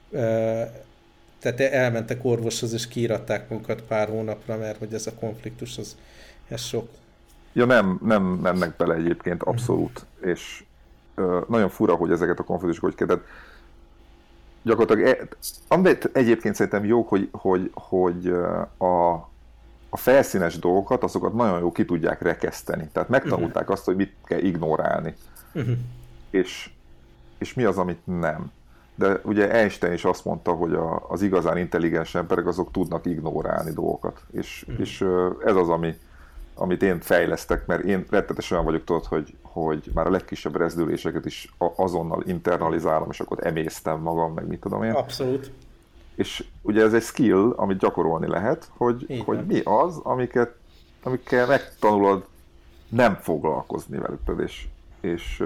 tehát elmentek orvoshoz, és kiíratták munkat pár hónapra, mert hogy ez a konfliktus, az, ez sok. Ja, nem, nem mennek bele egyébként abszolút, és ö, nagyon fura, hogy ezeket a konfliktusokat hogy kérdez. Gyakorlatilag, e, amit egyébként szerintem jó, hogy, hogy, hogy a, a felszínes dolgokat, azokat nagyon jó ki tudják rekeszteni. Tehát megtanulták uh-huh. azt, hogy mit kell ignorálni. Uh-huh. És, és mi az, amit nem. De ugye Einstein is azt mondta, hogy a, az igazán intelligens emberek azok tudnak ignorálni dolgokat. És, uh-huh. és ez az, ami, amit én fejlesztek, mert én rettetesen olyan vagyok, tudod, hogy, hogy már a legkisebb rezdüléseket is azonnal internalizálom, és akkor emésztem magam, meg mit tudom én. Abszolút. És ugye ez egy skill, amit gyakorolni lehet, hogy, hogy mi az, amiket, amikkel megtanulod nem foglalkozni velük. És, és,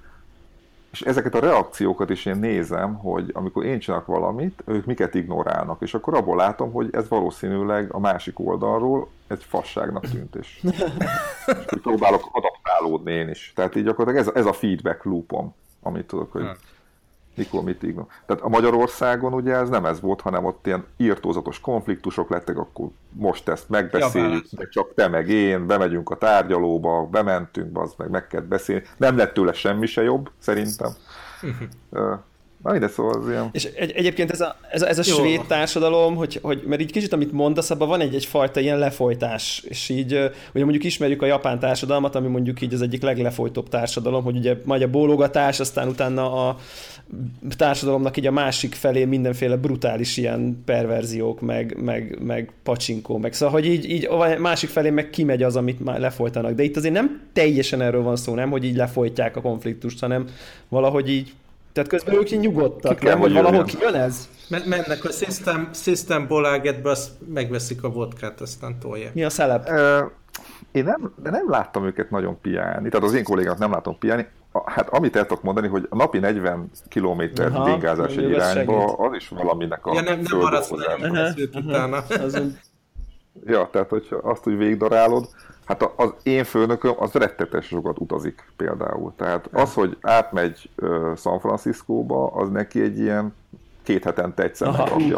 és ezeket a reakciókat is én nézem, hogy amikor én csinálok valamit, ők miket ignorálnak, és akkor abból látom, hogy ez valószínűleg a másik oldalról egy fasságnak tűnt, és, és hogy próbálok adaptálódni én is. Tehát így gyakorlatilag ez, ez a feedback loopom, amit tudok, hogy mikor mit ignorál. Tehát a Magyarországon ugye ez nem ez volt, hanem ott ilyen írtózatos konfliktusok lettek, akkor most ezt megbeszéljük, ja, de csak te meg én, bemegyünk a tárgyalóba, bementünk, az meg meg kell beszélni. Nem lett tőle semmi se jobb, szerintem. Na ide, szóval az ilyen... És egy, egyébként ez a, ez a, ez a svéd társadalom, hogy, hogy, mert így kicsit, amit mondasz, abban van egy, egyfajta ilyen lefolytás, és így, ugye mondjuk ismerjük a japán társadalmat, ami mondjuk így az egyik leglefolytóbb társadalom, hogy ugye majd a bólogatás, aztán utána a társadalomnak így a másik felé mindenféle brutális ilyen perverziók, meg, meg, meg pacsinkó, meg szóval, hogy így, így a másik felé meg kimegy az, amit már lefolytanak. De itt azért nem teljesen erről van szó, nem, hogy így lefolytják a konfliktust, hanem valahogy így. Tehát közben ők így nyugodtak, ki nem, hogy valahol kijön ez? Mennek a system, system bolágetbe, azt megveszik a vodkát, aztán tolják. Mi a szelep? Én nem, de nem láttam őket nagyon piálni, tehát az én kollégámat nem látom piálni. Hát amit el tudok mondani, hogy a napi negyven kilométer dingázás egy irányba, az is valaminek a ja, nem, nem maradsz utána. Ja, tehát hogyha azt úgy végigdarálod, hát az én főnököm az rettetes sokat utazik például. Tehát az, hogy átmegy uh, San Franciscóba, az neki egy ilyen két hetente egyszer megkapja.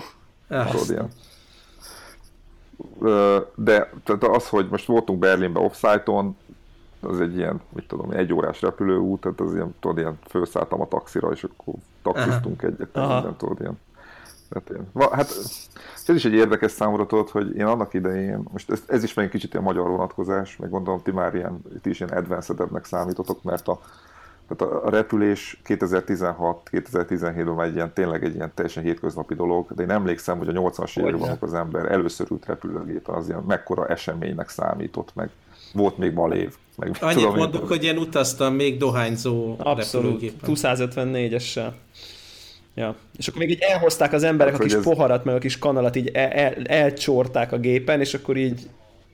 Uh, de tehát az, hogy most voltunk Berlinbe off-site-on, az egy ilyen, mit tudom, egy órás repülőút, tehát az ilyen, tudod, ilyen fölszálltam a taxira, és akkor taxiztunk egyet, mindent, tudod, ilyen. Hát, ilyen. Hát ez is egy érdekes számomra, tudod, hogy én annak idején, most ez, ez is meg egy kicsit ilyen magyar vonatkozás, meg gondolom, ti már ilyen, ti is ilyen advanced-ebbnek számítotok, mert a, tehát a repülés kétezer-tizenhat kétezer-tizenhétben már egy ilyen, tényleg egy ilyen teljesen hétköznapi dolog, de én emlékszem, hogy a nyolcvanas években, amikor az ember először ült repülőgépen, az ilyen mekkora eseménynek számított, meg volt még malév. Meg, annyit tudom, mondok, én... hogy én utaztam még dohányzó repülőgépen. kétszázötvennégyessel. Ja. És akkor még így elhozták az emberek hát, a kis ez... poharat, meg a kis kanalat, így el, el, elcsorták a gépen, és akkor így...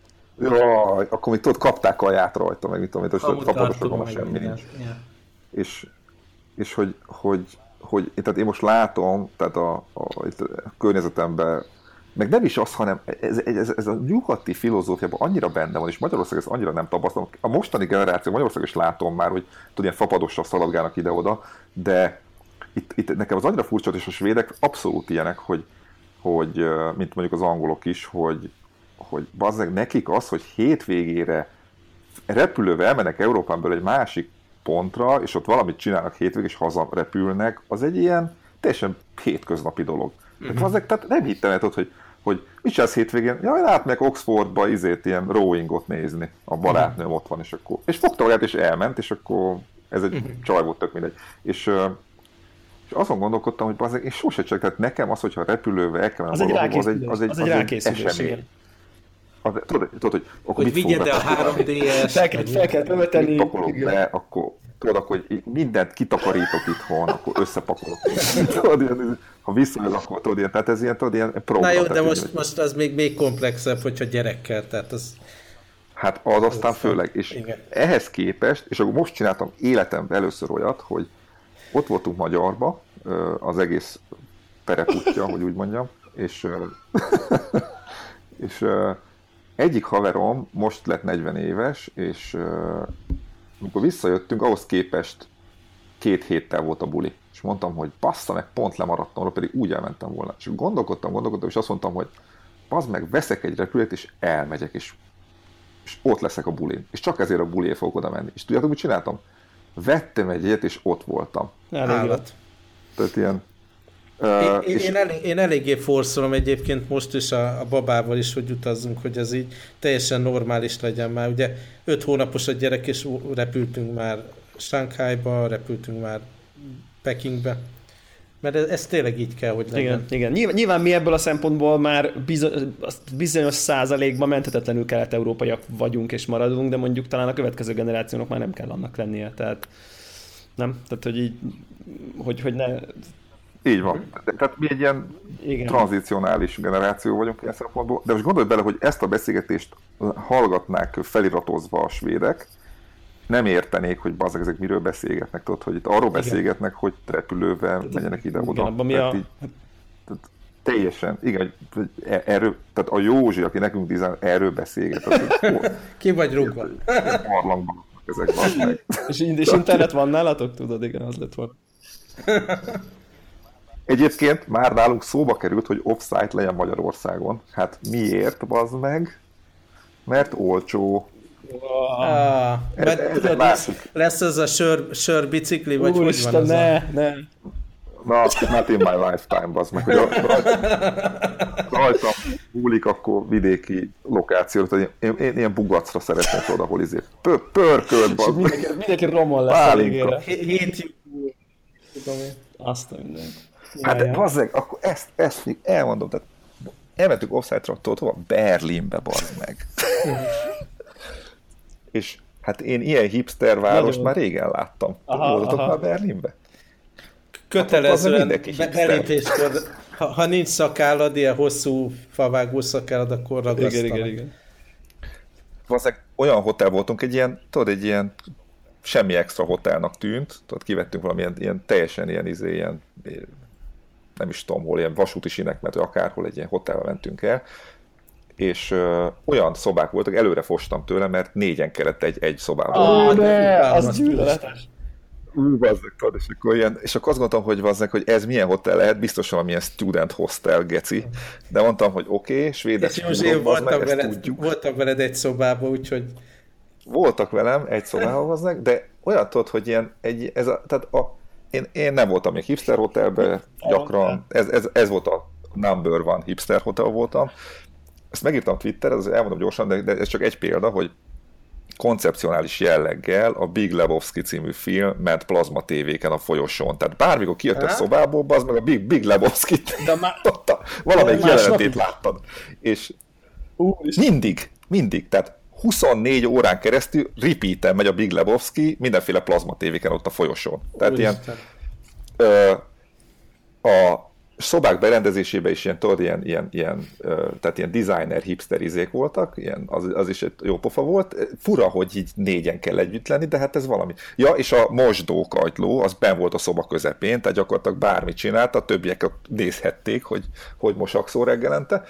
Jaj, akkor még tudod, kapták kaját rajta, meg mit tudom, hogy fapadosokon semmi nincs. Yeah. És, és hogy, hogy, hogy, tehát én most látom, tehát a, a, a környezetemben, meg nem is az, hanem ez, ez, ez a nyugati filozófiában annyira benne van, és Magyarország ezt annyira nem tapasztalom. A mostani generáció Magyarország is látom már, hogy tud, ilyen fapadossal szaladgálnak ide-oda, de itt, itt nekem az annyira furcsa, és a svédek abszolút ilyenek, hogy, hogy mint mondjuk az angolok is, hogy, hogy bazzeg nekik az, hogy hétvégére repülővel elmennek Európán belül egy másik pontra, és ott valamit csinálnak hétvégén, és haza repülnek, az egy ilyen teljesen hétköznapi dolog. Mm-hmm. Tehát, tehát nem hittem el, hogy, hogy mit csinálsz hétvégén? Ja, én átmegyek Oxfordba izét, ilyen rowingot nézni. A barátnőm mm-hmm. ott van, és akkor... És fogta magát, és elment, és akkor ez egy mm-hmm. csaj volt, tök mindegy. És, és azon gondolkodtam, hogy bazdmeg, én sose csak, tehát nekem az, hogyha repülővel el kell mennem valahol, az egy, az egy, az egy, az egy esemény. Az, tudod, tudod, hogy akkor hogy mit vigyed el a három dé-es, fel kell, fel kell tölteni. Mit pakolok be, akkor tudod, akkor mindent kitakarítok itthon, akkor összepakolok. Tudod, ha visszajön, akkor tudod, ilyen, tehát ez ilyen, tudod, ilyen program. Na jó, de most, most az még, még komplexebb, hogyha gyerekkel, tehát az... Hát az aztán főleg, és igen. Ehhez képest, és akkor most csináltam életemben először olyat, hogy ott voltunk Magyarba, az egész pereputja, hogy úgy mondjam, és, és egyik haverom most lett negyven éves, és amikor visszajöttünk, ahhoz képest két héttel volt a buli. És mondtam, hogy bassza meg, pont lemaradtam, arra pedig úgy elmentem volna. És gondolkodtam, gondolkodtam, és azt mondtam, hogy bazd meg, veszek egy repülőt, és elmegyek, és, és ott leszek a bulin. És csak ezért a buliért fogok oda menni. És tudjátok, mit csináltam? Vettem egy ilyet, és ott voltam. Állat. Tehát ilyen... Uh, én, én, elég, én eléggé forszolom egyébként most is a, a babával is, hogy utazzunk, hogy ez így teljesen normális legyen már. Ugye öt hónapos a gyerek, és repültünk már Shanghaiba, repültünk már Pekingbe. Mert ez, ez tényleg így kell, hogy legyen. Igen, igen. Nyilván, nyilván mi ebből a szempontból már bizonyos, bizonyos százalékban menthetetlenül kelet-európaiak vagyunk és maradunk, de mondjuk talán a következő generációnak már nem kell annak lennie. Tehát nem? Tehát, hogy így, hogy, hogy ne... Így van. Tehát mi egy ilyen igen. tranzicionális generáció vagyunk ilyen szempontból, de most gondolj bele, hogy ezt a beszélgetést hallgatnák feliratozva a svédek, nem értenék, hogy bazdmeg ezek miről beszélgetnek, tudod, hogy itt arról beszélgetnek, hogy repülővel menjenek ide-oda. Igen, tehát a... így, tehát teljesen, igen, erről, tehát a Józsi, aki nekünk dizájn, erről beszélget. Tehát, ki vagy rúgva? Barlangban ezek van meg. És, és internet van nálatok? Tudod, igen, az lett volna. Egyébként már nálunk szóba került, hogy off-site legyen Magyarországon. Hát miért, bazd meg? Mert olcsó. Ah, ez, ez lesz, lesz ez a sör, sör bicikli, vagy Úr hogy Isten, van az ne, a... ne. Na, not in my lifetime, bazd meg, hogy rajtam húlik, akkor vidéki lokációt, én, én, én ilyen bugacra szeretnék oda, hol izé. Pörkölt, bazd meg. Mindenki, mindenki romol lesz a végére. Hét azt a minden. Hát de bazzeg, akkor ezt, ezt még elmondom, tehát elmentünk off-site-ra, tudod, hova? Berlinbe, bazd meg. És hát én ilyen hipster várost Nagyon. már régen láttam. Voltatok már Berlinbe? Kötelezően hát be, belépéskor, ha, ha nincs szakállad, ilyen hosszú favágó szakállad, akkor ragasztanak. Igen, igen, igen. Bazzeg, olyan hotel voltunk, egy ilyen, tudod, egy ilyen semmi extra hotelnak tűnt, tudod, kivettünk valamilyen ilyen, teljesen ilyen, izé, ilyen nem is tudom hol, ilyen vasúti sinek, mert akárhol egy ilyen hotelbe mentünk el, és ö, olyan szobák voltak, előre fostam tőle, mert négyen kellett egy, egy szobában. Ah, de az gyűlöletes. Ú, bazzeg, és akkor, ilyen, és akkor azt gondoltam, hogy bazzeg, hogy ez milyen hotel lehet, biztosan valamilyen student hostel, geci. De mondtam, hogy oké, okay, svédek, tudom, voltam, veled, voltam veled egy szobában, úgyhogy... Voltak velem egy szobában, bazzeg, de olyan tudod, hogy ilyen, egy, ez a, tehát a, én, én nem voltam még hipster hotelben, gyakran, ez, ez, ez volt a number one hipster hotel voltam. Ezt megírtam Twitter, ez elmondom gyorsan, de, de ez csak egy példa, hogy koncepcionális jelleggel a Big Lebowski című film ment plazma tévéken a folyosón. Tehát bármikor kijött a szobából, az meg a Big, Big Lebowski-t valamelyik jelenetét láttad. És uh, mindig, mindig, tehát huszonnégy órán keresztül repeaten megy a Big Lebowski mindenféle plazma tévéken ott a folyosón. Tehát Úr ilyen ö, a szobák berendezésében is ilyen, tudod, ilyen, ilyen, ilyen, tehát ilyen designer, hipster izék voltak, ilyen, az, az is egy jó pofa volt. Fura, hogy így négyen kell együtt lenni, de hát ez valami. Ja, és a mosdókagyló, az benn volt a szoba közepén, tehát gyakorlatilag bármit csinált, a többiek nézhették, hogy, hogy mosakszó reggelente.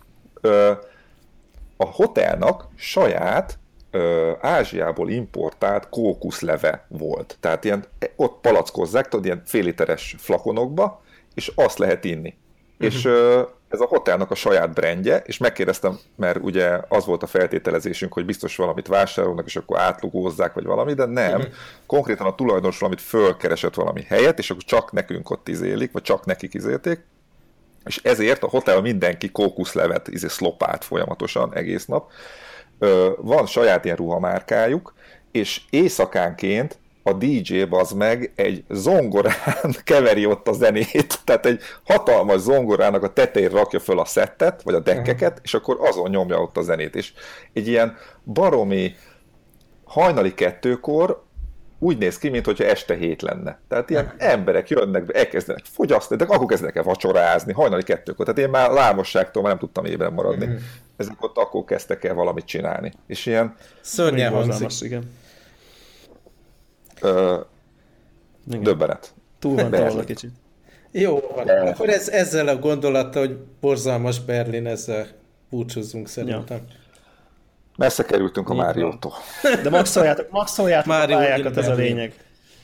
A hotelnak saját Ázsiából importált kókuszleve volt. Tehát ilyen, ott palackozzák, tudod, ilyen fél literes flakonokba, és azt lehet inni. Uh-huh. És uh, ez a hotelnak a saját brandje, és megkérdeztem, mert ugye az volt a feltételezésünk, hogy biztos valamit vásárolnak, és akkor átlugózzák, vagy valami, de nem. Uh-huh. Konkrétan a tulajdonos valamit fölkeresett valami helyet, és akkor csak nekünk ott izélik, vagy csak nekik izélték, és ezért a hotel mindenki kókuszlevet izé szlopált folyamatosan egész nap. Uh, van saját ilyen ruhamárkájuk, és éjszakánként a dé dzsé bazd meg egy zongorán keveri ott a zenét, tehát egy hatalmas zongorának a tetején rakja föl a szettet, vagy a dekkeket, uh-huh. és akkor azon nyomja ott a zenét. És egy ilyen baromi hajnali kettőkor úgy néz ki, mintha este hét lenne. Tehát ilyen emberek jönnek be, elkezdenek fogyasztani, de akkor kezdenek el vacsorázni, hajnali kettőkor. Tehát én már lámosságtól már nem tudtam ébren maradni. Mm. Ezek ott akkor kezdtek el valamit csinálni. És ilyen... Szörnyen hangzik. Igen. Ö, döbbenet. Túl van tolva kicsit. Jó van. De... Akkor ez, ezzel a gondolattal, hogy borzalmas Berlin, ezzel búcsúzzunk szerintem. Ja. Messze kerültünk a Máriótól. De maxoljátok, maxoljátok a pályákat, ez a lényeg.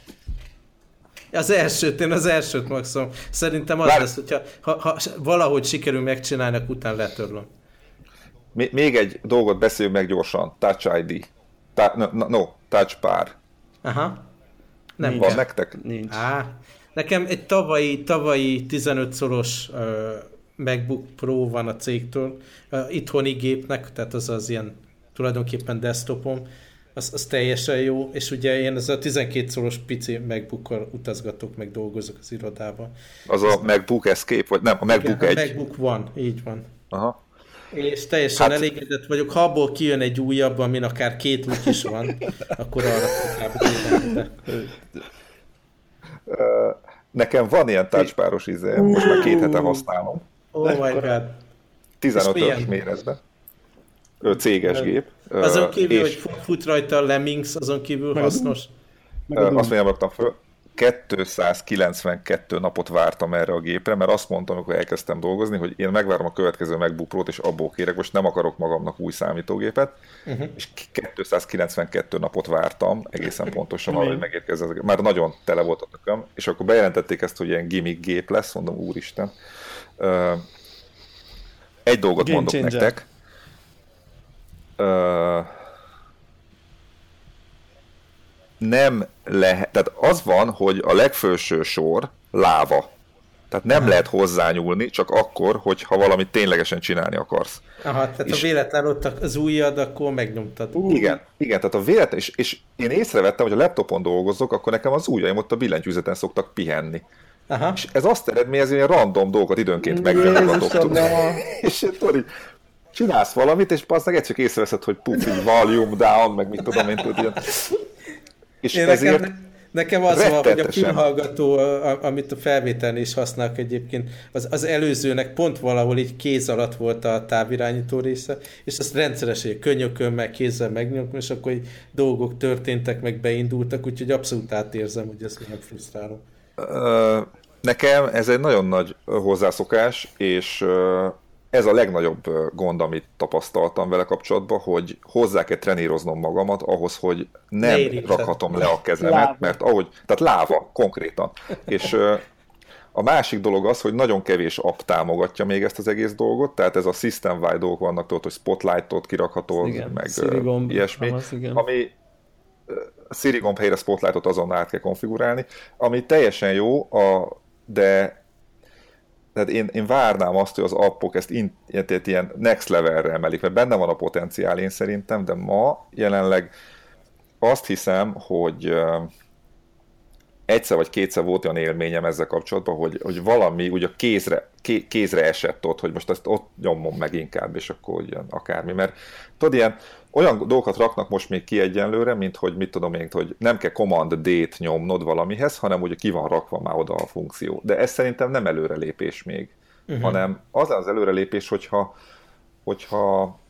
Az elsőt, én az elsőt maxolom. Szerintem az Lát... lesz, hogyha ha, ha valahogy sikerül megcsinálni, utána letörlöm. Még egy dolgot beszéljünk meg gyorsan. Touch i dé. Ta, no, no, Touch Bar. Aha. Nem van kell. Nektek? Nincs. Á, nekem egy tavalyi, tavalyi tizenöt szoros uh, MacBook Pro van a cégtől. Uh, itthoni gépnek, tehát az az ilyen tulajdonképpen desktopom, az, az teljesen jó, és ugye én ez a tizenkét szoros pici MacBookkal utazgatok, meg dolgozok az irodában. Az a MacBook Escape, vagy nem, a MacBook igen, egy? A MacBook One, így van. Aha. És teljesen hát... elégedett vagyok, ha abból kijön egy újabb, amin akár két luk is van, akkor arra tovább. Nekem van ilyen touchbáros izé, most már két hete használom. Oh my god. tizenötös méretben. Céges gép. Azon kívül, és... hogy fut rajta a Lemmings, azon kívül meg hasznos. Meg azt mondjam, raktam föl, kétszázkilencvenkettő napot vártam erre a gépre, mert azt mondtam, amikor elkezdtem dolgozni, hogy én megvárom a következő MacBook Pro-t, és abból kérek, most nem akarok magamnak új számítógépet, uh-huh. és kétszázkilencvenkettő napot vártam, egészen pontosan, ahogy megérkezett. Már nagyon tele volt a tököm, és akkor bejelentették ezt, hogy ilyen gimmick gép lesz, mondom, úristen. Egy dolgot Game mondok changer. Nektek. Uh, nem lehet, tehát az van, hogy a legfelső sor láva. Tehát nem Aha. lehet hozzányúlni, csak akkor, hogyha valamit ténylegesen csinálni akarsz. Aha, tehát és... ha véletlen ott az ujjad, akkor megnyomtad. Uh. Igen, igen, tehát a véletlen, és, és én észrevettem, hogy a laptopon dolgozok, akkor nekem az ujjaim ott a billentyűzeten szoktak pihenni. Aha. És ez azt eredményezi, hogy random dolgokat időnként megjelenítok. És tudod, csinálsz valamit, és aztán egyszer észreveszed, hogy puf, így volume down, meg mit tudom én, tudod, ilyen. És én ezért nekem, nekem az van, hogy a filmhallgató, amit a felvételn is használok egyébként, az, az előzőnek pont valahol így kéz alatt volt a távirányító része, és azt rendszeresen könnyökön, meg kézzel megnyomom, és akkor így dolgok történtek, meg beindultak, úgyhogy abszolút átérzem, hogy ez milyen frusztráló. Nekem ez egy nagyon nagy hozzászokás, és ez a legnagyobb gond, amit tapasztaltam vele kapcsolatban, hogy hozzá kell treníroznom magamat ahhoz, hogy nem rakhatom le a kezemet, láva. Mert ahogy, tehát láva, konkrétan. És a másik dolog az, hogy nagyon kevés app támogatja még ezt az egész dolgot, tehát ez a system-wide dolgok vannak, tudod, hogy Spotlight-ot kirakhatod, igen, meg Siri-gomb, ilyesmi, az, ami Siri gomb helyre Spotlight-ot azonnal át kell konfigurálni, ami teljesen jó, a, de tehát én, én várnám azt, hogy az appok ezt in, ilyen next levelre emelik, mert benne van a potenciál én szerintem, de ma jelenleg azt hiszem, hogy egyszer vagy kétszer volt olyan élményem ezzel kapcsolatban, hogy, hogy valami úgy a kézre, ké, kézre esett ott, hogy most ezt ott nyomom meg inkább, és akkor jön akármi, mert tudod, ilyen olyan dolgokat raknak most még ki egyenlőre, mint hogy mit tudom én, hogy nem kell Command D-t nyomnod valamihez, hanem ugye ki van rakva már oda a funkció. De ez szerintem nem előrelépés még, uh-huh. hanem az az előrelépés, hogyha, hogyha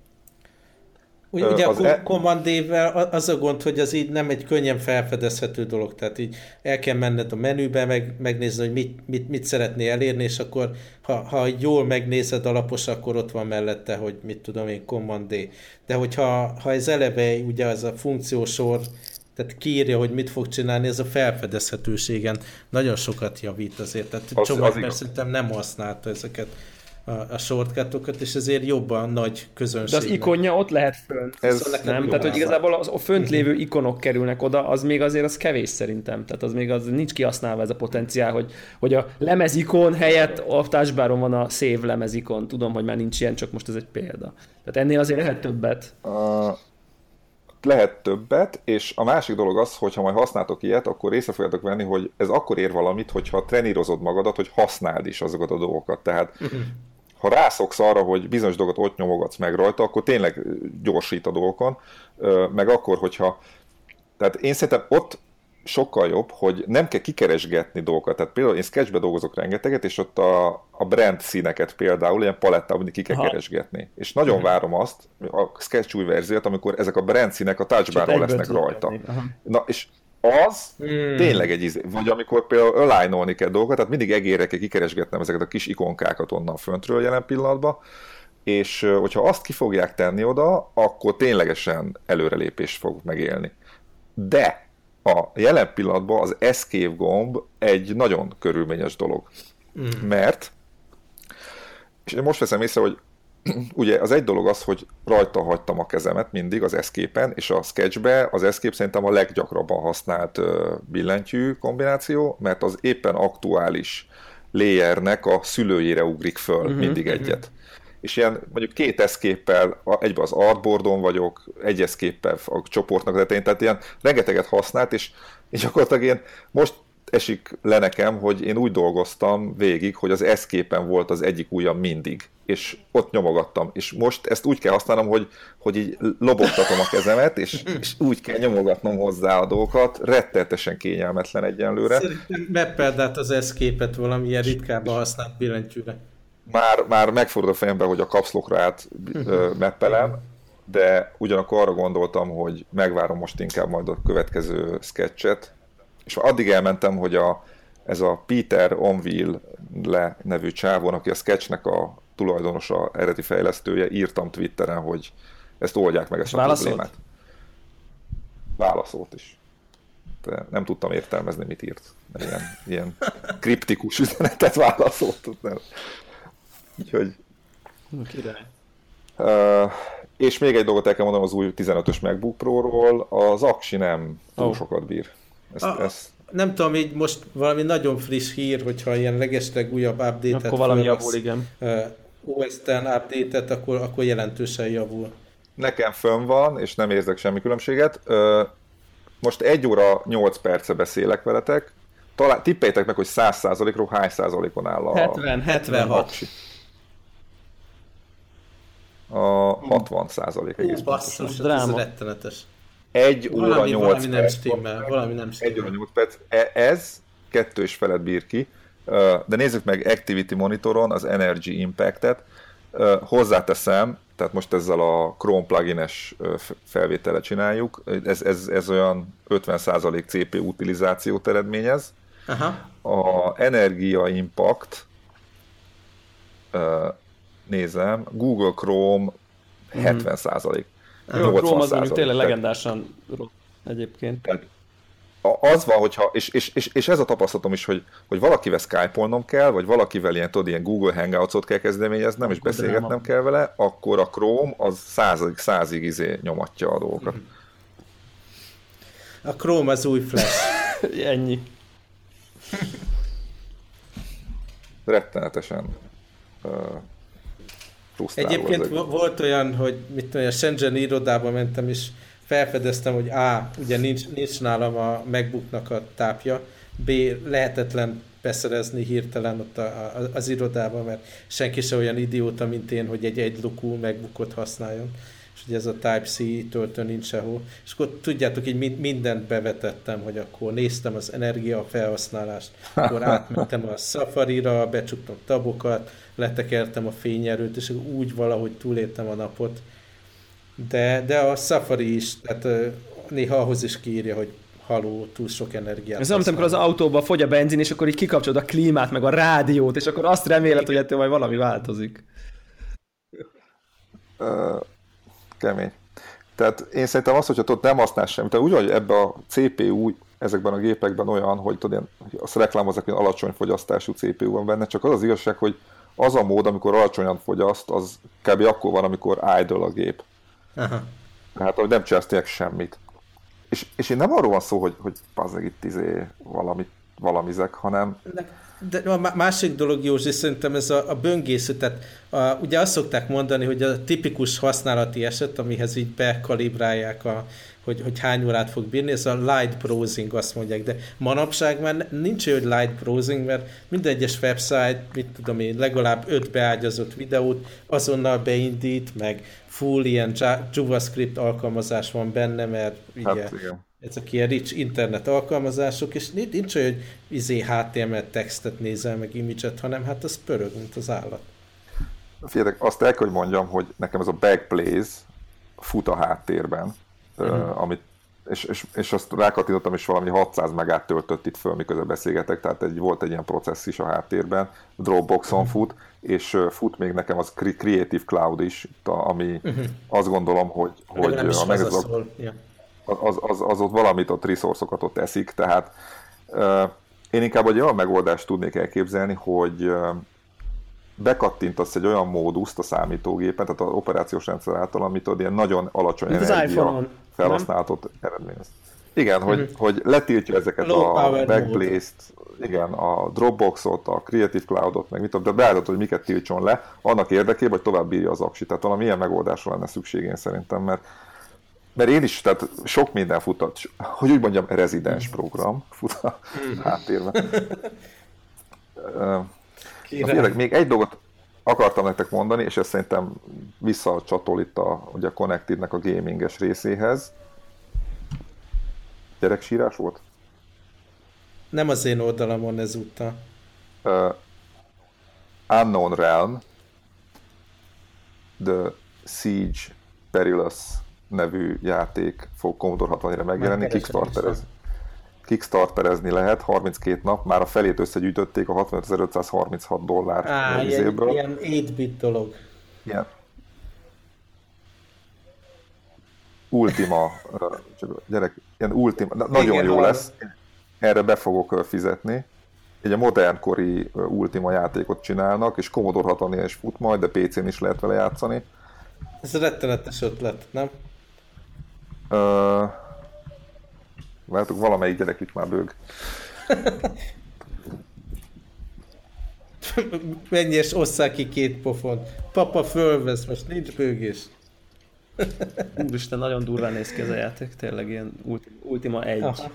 ugye az a e... Command D-vel az a gond, hogy az így nem egy könnyen felfedezhető dolog, tehát így el kell menned a menübe, meg, megnézni, hogy mit, mit, mit szeretnél elérni, és akkor ha, ha jól megnézed alapos, akkor ott van mellette, hogy mit tudom én, Command D. De hogyha ha ez eleve ugye az a funkciósor, tehát kiírja, hogy mit fog csinálni, ez a felfedezhetőségen nagyon sokat javít azért, tehát az, csomag szerintem nem használta ezeket a, a shortcutokat, és ezért jobban nagy közönségnek. De az ikonja ott lehet fönt. Ez szóval nem, tehát hogy igazából az, a fönt lévő ikonok kerülnek oda, az még azért az kevés szerintem. Tehát az még az nincs kihasználva ez a potenciál, hogy, hogy a lemezikon helyett a touchbaron van a save lemezikon. Tudom, hogy már nincs ilyen, csak most ez egy példa. Tehát ennél azért lehet többet. Uh, lehet többet, és a másik dolog az, hogy ha majd használtok ilyet, akkor észre fogjátok venni, hogy ez akkor ér valamit, hogyha trenírozod magadat, hogy használd is azokat a dolgokat. Tehát uh-huh. ha rászoksz arra, hogy bizonyos dolgot ott nyomogatsz meg rajta, akkor tényleg gyorsít a dolgokon, meg akkor, hogyha Tehát én szerintem ott sokkal jobb, hogy nem kell kikeresgetni dolgokat. Tehát például én Sketchbe dolgozok rengeteget, és ott a, a brand színeket például ilyen palettában ki kell Aha. keresgetni. És nagyon uh-huh. várom azt, a Sketch új verziót, amikor ezek a brand színek a touchbarról lesznek rajta. Na, és az hmm. tényleg egy izé. Vagy amikor például align-olni kell dolgokat, tehát mindig egérre kell kikeresgetnem ezeket a kis ikonkákat onnan föntről jelen pillanatban, és hogyha azt ki fogják tenni oda, akkor ténylegesen előrelépést fog megélni. De a jelen pillanatban az Escape gomb egy nagyon körülményes dolog. Mm. Mert, és én most veszem észre, hogy ugye az egy dolog az, hogy rajta hagytam a kezemet mindig az Escape-en, és a Sketchbe az Escape szerintem a leggyakrabban használt billentyű kombináció, mert az éppen aktuális layernek a szülőjére ugrik föl mm-hmm. mindig egyet. És ilyen mondjuk két Escape-pel, egyben az artboardon vagyok, egy Escape-pel a csoportnak tetején, tehát ilyen rengeteget használt, és, és gyakorlatilag én most esik le nekem, hogy én úgy dolgoztam végig, hogy az Escape-en volt az egyik ujjam mindig, és ott nyomogattam, és most ezt úgy kell használnom, hogy, hogy így lobogtatom a kezemet, és, és úgy kell nyomogatnom hozzá a dolgokat, rettenetesen kényelmetlen egyenlőre. Szerintem meppeld át az Escape-et valamilyen ritkábban használt billentyűre. Már, már megfordul a fejembe, hogy a kapszlokra át uh, meppelem, de ugyanakkor arra gondoltam, hogy megvárom most inkább majd a következő sketchet, és addig elmentem, hogy a, ez a Peter Onville nevű csávon, aki a sketchnek a tulajdonosa, eredeti fejlesztője, írtam Twitteren, hogy ezt oldják meg, ezt a problémát. Válaszolt is. De nem tudtam értelmezni, mit írt. Ilyen, ilyen kriptikus üzenetet válaszolt. Nem. Úgyhogy... Király. Uh, és még egy dolgot el kell mondanom az új tizenötös MacBook Pro-ról, az aksi nem túl oh. sokat bír. Ezt, a, ezt... Nem tudom, így most valami nagyon friss hír, hogyha ilyen legesleg újabb update-et akkor valami javul, igen. Uh, o es tíz update-et, akkor, akkor jelentősen javul. Nekem fönn van, és nem érzek semmi különbséget. Uh, most egy óra nyolc perce beszélek veletek. Talán tippeljétek meg, hogy száz százalékról hány százalékon áll a... hetven hetvenhat. Aksi. A hatvan százalék egész pontosan. Ez rettenetes. egy óra valami, nyolc valami perc. Nem stimmel, valami nem stimmel. egy óra nyolc perc. Ez kettő és felet bír ki. De nézzük meg Activity Monitoron az Energy Impact-et. Hozzáteszem, tehát most ezzel a Chrome plugin-es felvétele csináljuk. Ez, ez, ez olyan ötven százalék cé pé u utilizációt eredményez. Aha. A Energia Impact, nézem, Google Chrome hetven százalék. Mm. A Chrome az mondjuk tényleg legendásan rossz egyébként. Tehát az van, hogyha, és, és, és, és ez a tapasztalatom is, hogy, hogy valakivel Skype-olnom kell, vagy valakivel ilyen, tudod, ilyen Google Hangouts-ot kell kezdeményeznem, és beszélgetnem kell vele, akkor a Chrome az százig, százig izé nyomatja a dolgokat. A Chrome az új Flash. Ennyi. Rettenetesen uh, frusztráló. Egyébként volt olyan, hogy mit tudom, a Shenzhen irodába mentem, és felfedeztem, hogy A, ugye nincs, nincs nálam a MacBooknak a tápja, B, lehetetlen beszerezni hirtelen ott a, a, az irodában, mert senki se olyan idióta, mint én, hogy egy egylukú MacBookot használjon, és ugye ez a Type-C töltő nincs sehol. És akkor tudjátok, így mindent bevetettem, hogy akkor néztem az energia felhasználást, akkor átmentem a Safari-ra, becsuktam tabokat, letekertem a fényerőt, és úgy valahogy túléltem a napot. De, de a Safari is, tehát néha ahhoz is kiírja, hogy haló, túl sok energiát. Ez olyan, amikor az autóban fogy a benzin, és akkor így kikapcsolod a klímát, meg a rádiót, és akkor azt reméled, hogy ettől majd valami változik. Uh, kemény. Tehát én szerintem azt, hogyha tudod, nem használsz semmit, tehát úgy, hogy ebben a cé pé u ezekben a gépekben olyan, hogy tudod, azt reklámozzák, hogy alacsony fogyasztású cé pé u van benne, csak az az igazság, hogy az a mód, amikor alacsonyan fogyaszt, az kb. Akkor van, amikor idle a gép. Aha. Tehát, hogy nem csinálsz tényleg semmit. És, és én nem arról van szó, hogy, hogy pazzeg itt izé valamit, valamizek, hanem... De, de a másik dolog, Józsi, szerintem ez a, a böngésző, tehát a, ugye azt szokták mondani, hogy a tipikus használati eset, amihez így bekalibrálják, a, hogy, hogy hány órát fog bírni, ez a light browsing, azt mondják, de manapság már nincs olyan, hogy light browsing, mert minden egyes website, mit tudom én, legalább öt beágyazott videót azonnal beindít, meg full ilyen JavaScript alkalmazás van benne, mert ugye... Hát, igen. ezek ilyen rich internet alkalmazások, és nincs olyan, hogy izé há té em el textet nézel, meg image-et, hanem hát az pörög, mint az állat. Figyeljetek, azt el kell, hogy mondjam, hogy nekem ez a Backblaze fut a háttérben, uh-huh. amit, és, és, és azt rákattintottam, és valami hatszáz megát töltött itt föl, miközben beszélgetek, tehát egy, volt egy ilyen processz is a háttérben, Dropboxon uh-huh. fut, és fut még nekem az Creative Cloud is, ami uh-huh. azt gondolom, hogy, hogy a megazdag, az, az, az ott valamit, ott resource-okat ott eszik, tehát uh, én inkább egy olyan megoldást tudnék elképzelni, hogy uh, bekattintasz egy olyan móduszt a számítógépen, tehát az operációs rendszer által, amit ad ilyen nagyon alacsony mint energia felhasználatot eredményez. Igen, hogy, mm-hmm. hogy letiltja ezeket Low a Backblaze-t, igen, a Dropboxot, a Creative Cloudot, meg mit tudom, de beállított, hogy miket tiltson le, annak érdekében, hogy tovább bírja az aksi. Tehát valami ilyen megoldásra lenne szükség én szerintem, mert, mert én is, tehát sok minden futat, hogy úgy mondjam, rezidens program fut a háttérben. Félek, még egy dolgot akartam nektek mondani, és ezt szerintem visszacsatol itt a, ugye a Connected-nek a gaminges részéhez. Gyereksírás volt? Nem az én oldalamon ezúttal. Uh, Unknown Realm, The Siege Perilous nevű játék fog Commodore hatvanra megjelenni, Kickstarterez. Kickstarterezni lehet, harminckét nap, már a felét összegyűjtötték a hatvanötezer-ötszázharminchat dollár Á, ilyen, ilyen nyolc bit dolog. Ilyen. Ultima, csak gyerek, ilyen Ultima, nagyon igen, jó van. Lesz, erre be fogok fizetni. Egy modernkori Ultima játékot csinálnak, és Commodore hatvan is fut majd, de pé cén is lehet vele játszani. Ez rettenetes ötlet, nem? Uh, Várjátok, valamelyik gyerek itt már bőg. Menj és osszál ki két pofon. Papa fölvesz, most nincs bőgés. Úristen, nagyon durván néz ki ez a játék, tényleg ilyen Ultima egy. Aha.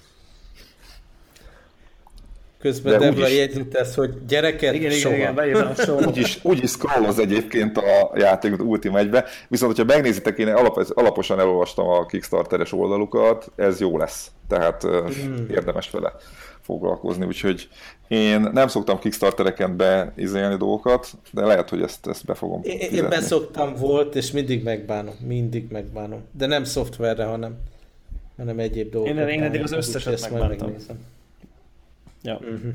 Közben Debla jegyzítesz, hogy gyereket igen, soha. Igen, igen, igen, úgyis, úgyis scrolloz egyébként a játék Ultima egybe, viszont hogyha megnézitek, én alap, alaposan elolvastam a Kickstarteres oldalukat, ez jó lesz, tehát mm. érdemes vele foglalkozni, úgyhogy én nem szoktam Kickstartereken beizélni dolgokat, de lehet, hogy ezt, ezt be fogom fizetni. Én beszoktam volt, és mindig megbánom, mindig megbánom, de nem szoftverre, hanem, hanem egyéb dolgokat. Én, én eddig az összeset megbántam. Ja. Uh-huh.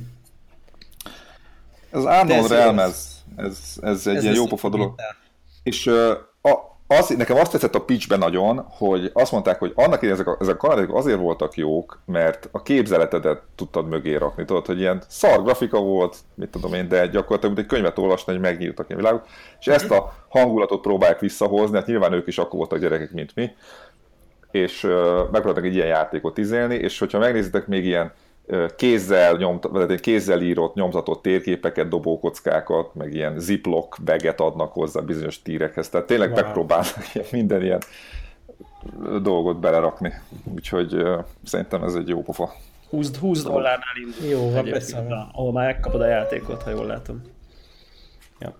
Az Unknown Realm, ez, ez, ez egy ez ilyen jópofa dolog. És uh, a, az, nekem azt tetszett a pitchben nagyon, hogy azt mondták, hogy annak idején ezek a, ezek a kalandok azért voltak jók, mert a képzeletedet tudtad mögé rakni. Tudod, hogy ilyen szar grafika volt, mit tudom én, de gyakorlatilag mint egy könyvet olvasni, hogy megnyíltak ilyen világok. És uh-huh. ezt a hangulatot próbálják visszahozni, hát nyilván ők is akkor voltak gyerekek, mint mi. És uh, megpróbáltak egy ilyen játékot izélni, és hogyha megnézitek még ilyen kézzel, nyomt, vagy kézzel írott, nyomtatott térképeket, dobókockákat, meg ilyen ziplock baget adnak hozzá bizonyos tírekhez. Tehát tényleg wow. megpróbálnak minden ilyen dolgot belerakni. Úgyhogy uh, szerintem ez egy jó pofa. húsz dollárnál indul. Jó, van beszélve. Ahol már megkapod a játékot, ha jól látom. Ja.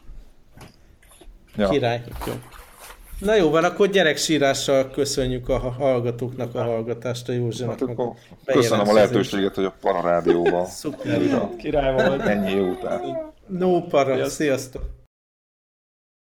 ja. Király. Jó. Na jó van, akkor gyereksírással köszönjük a hallgatóknak a hallgatást, a Józsinak. Hát köszönöm a lehetőséget, hogy a Pararádióban Szuper, király volt. Ennyi jó után. No para, sziasztok!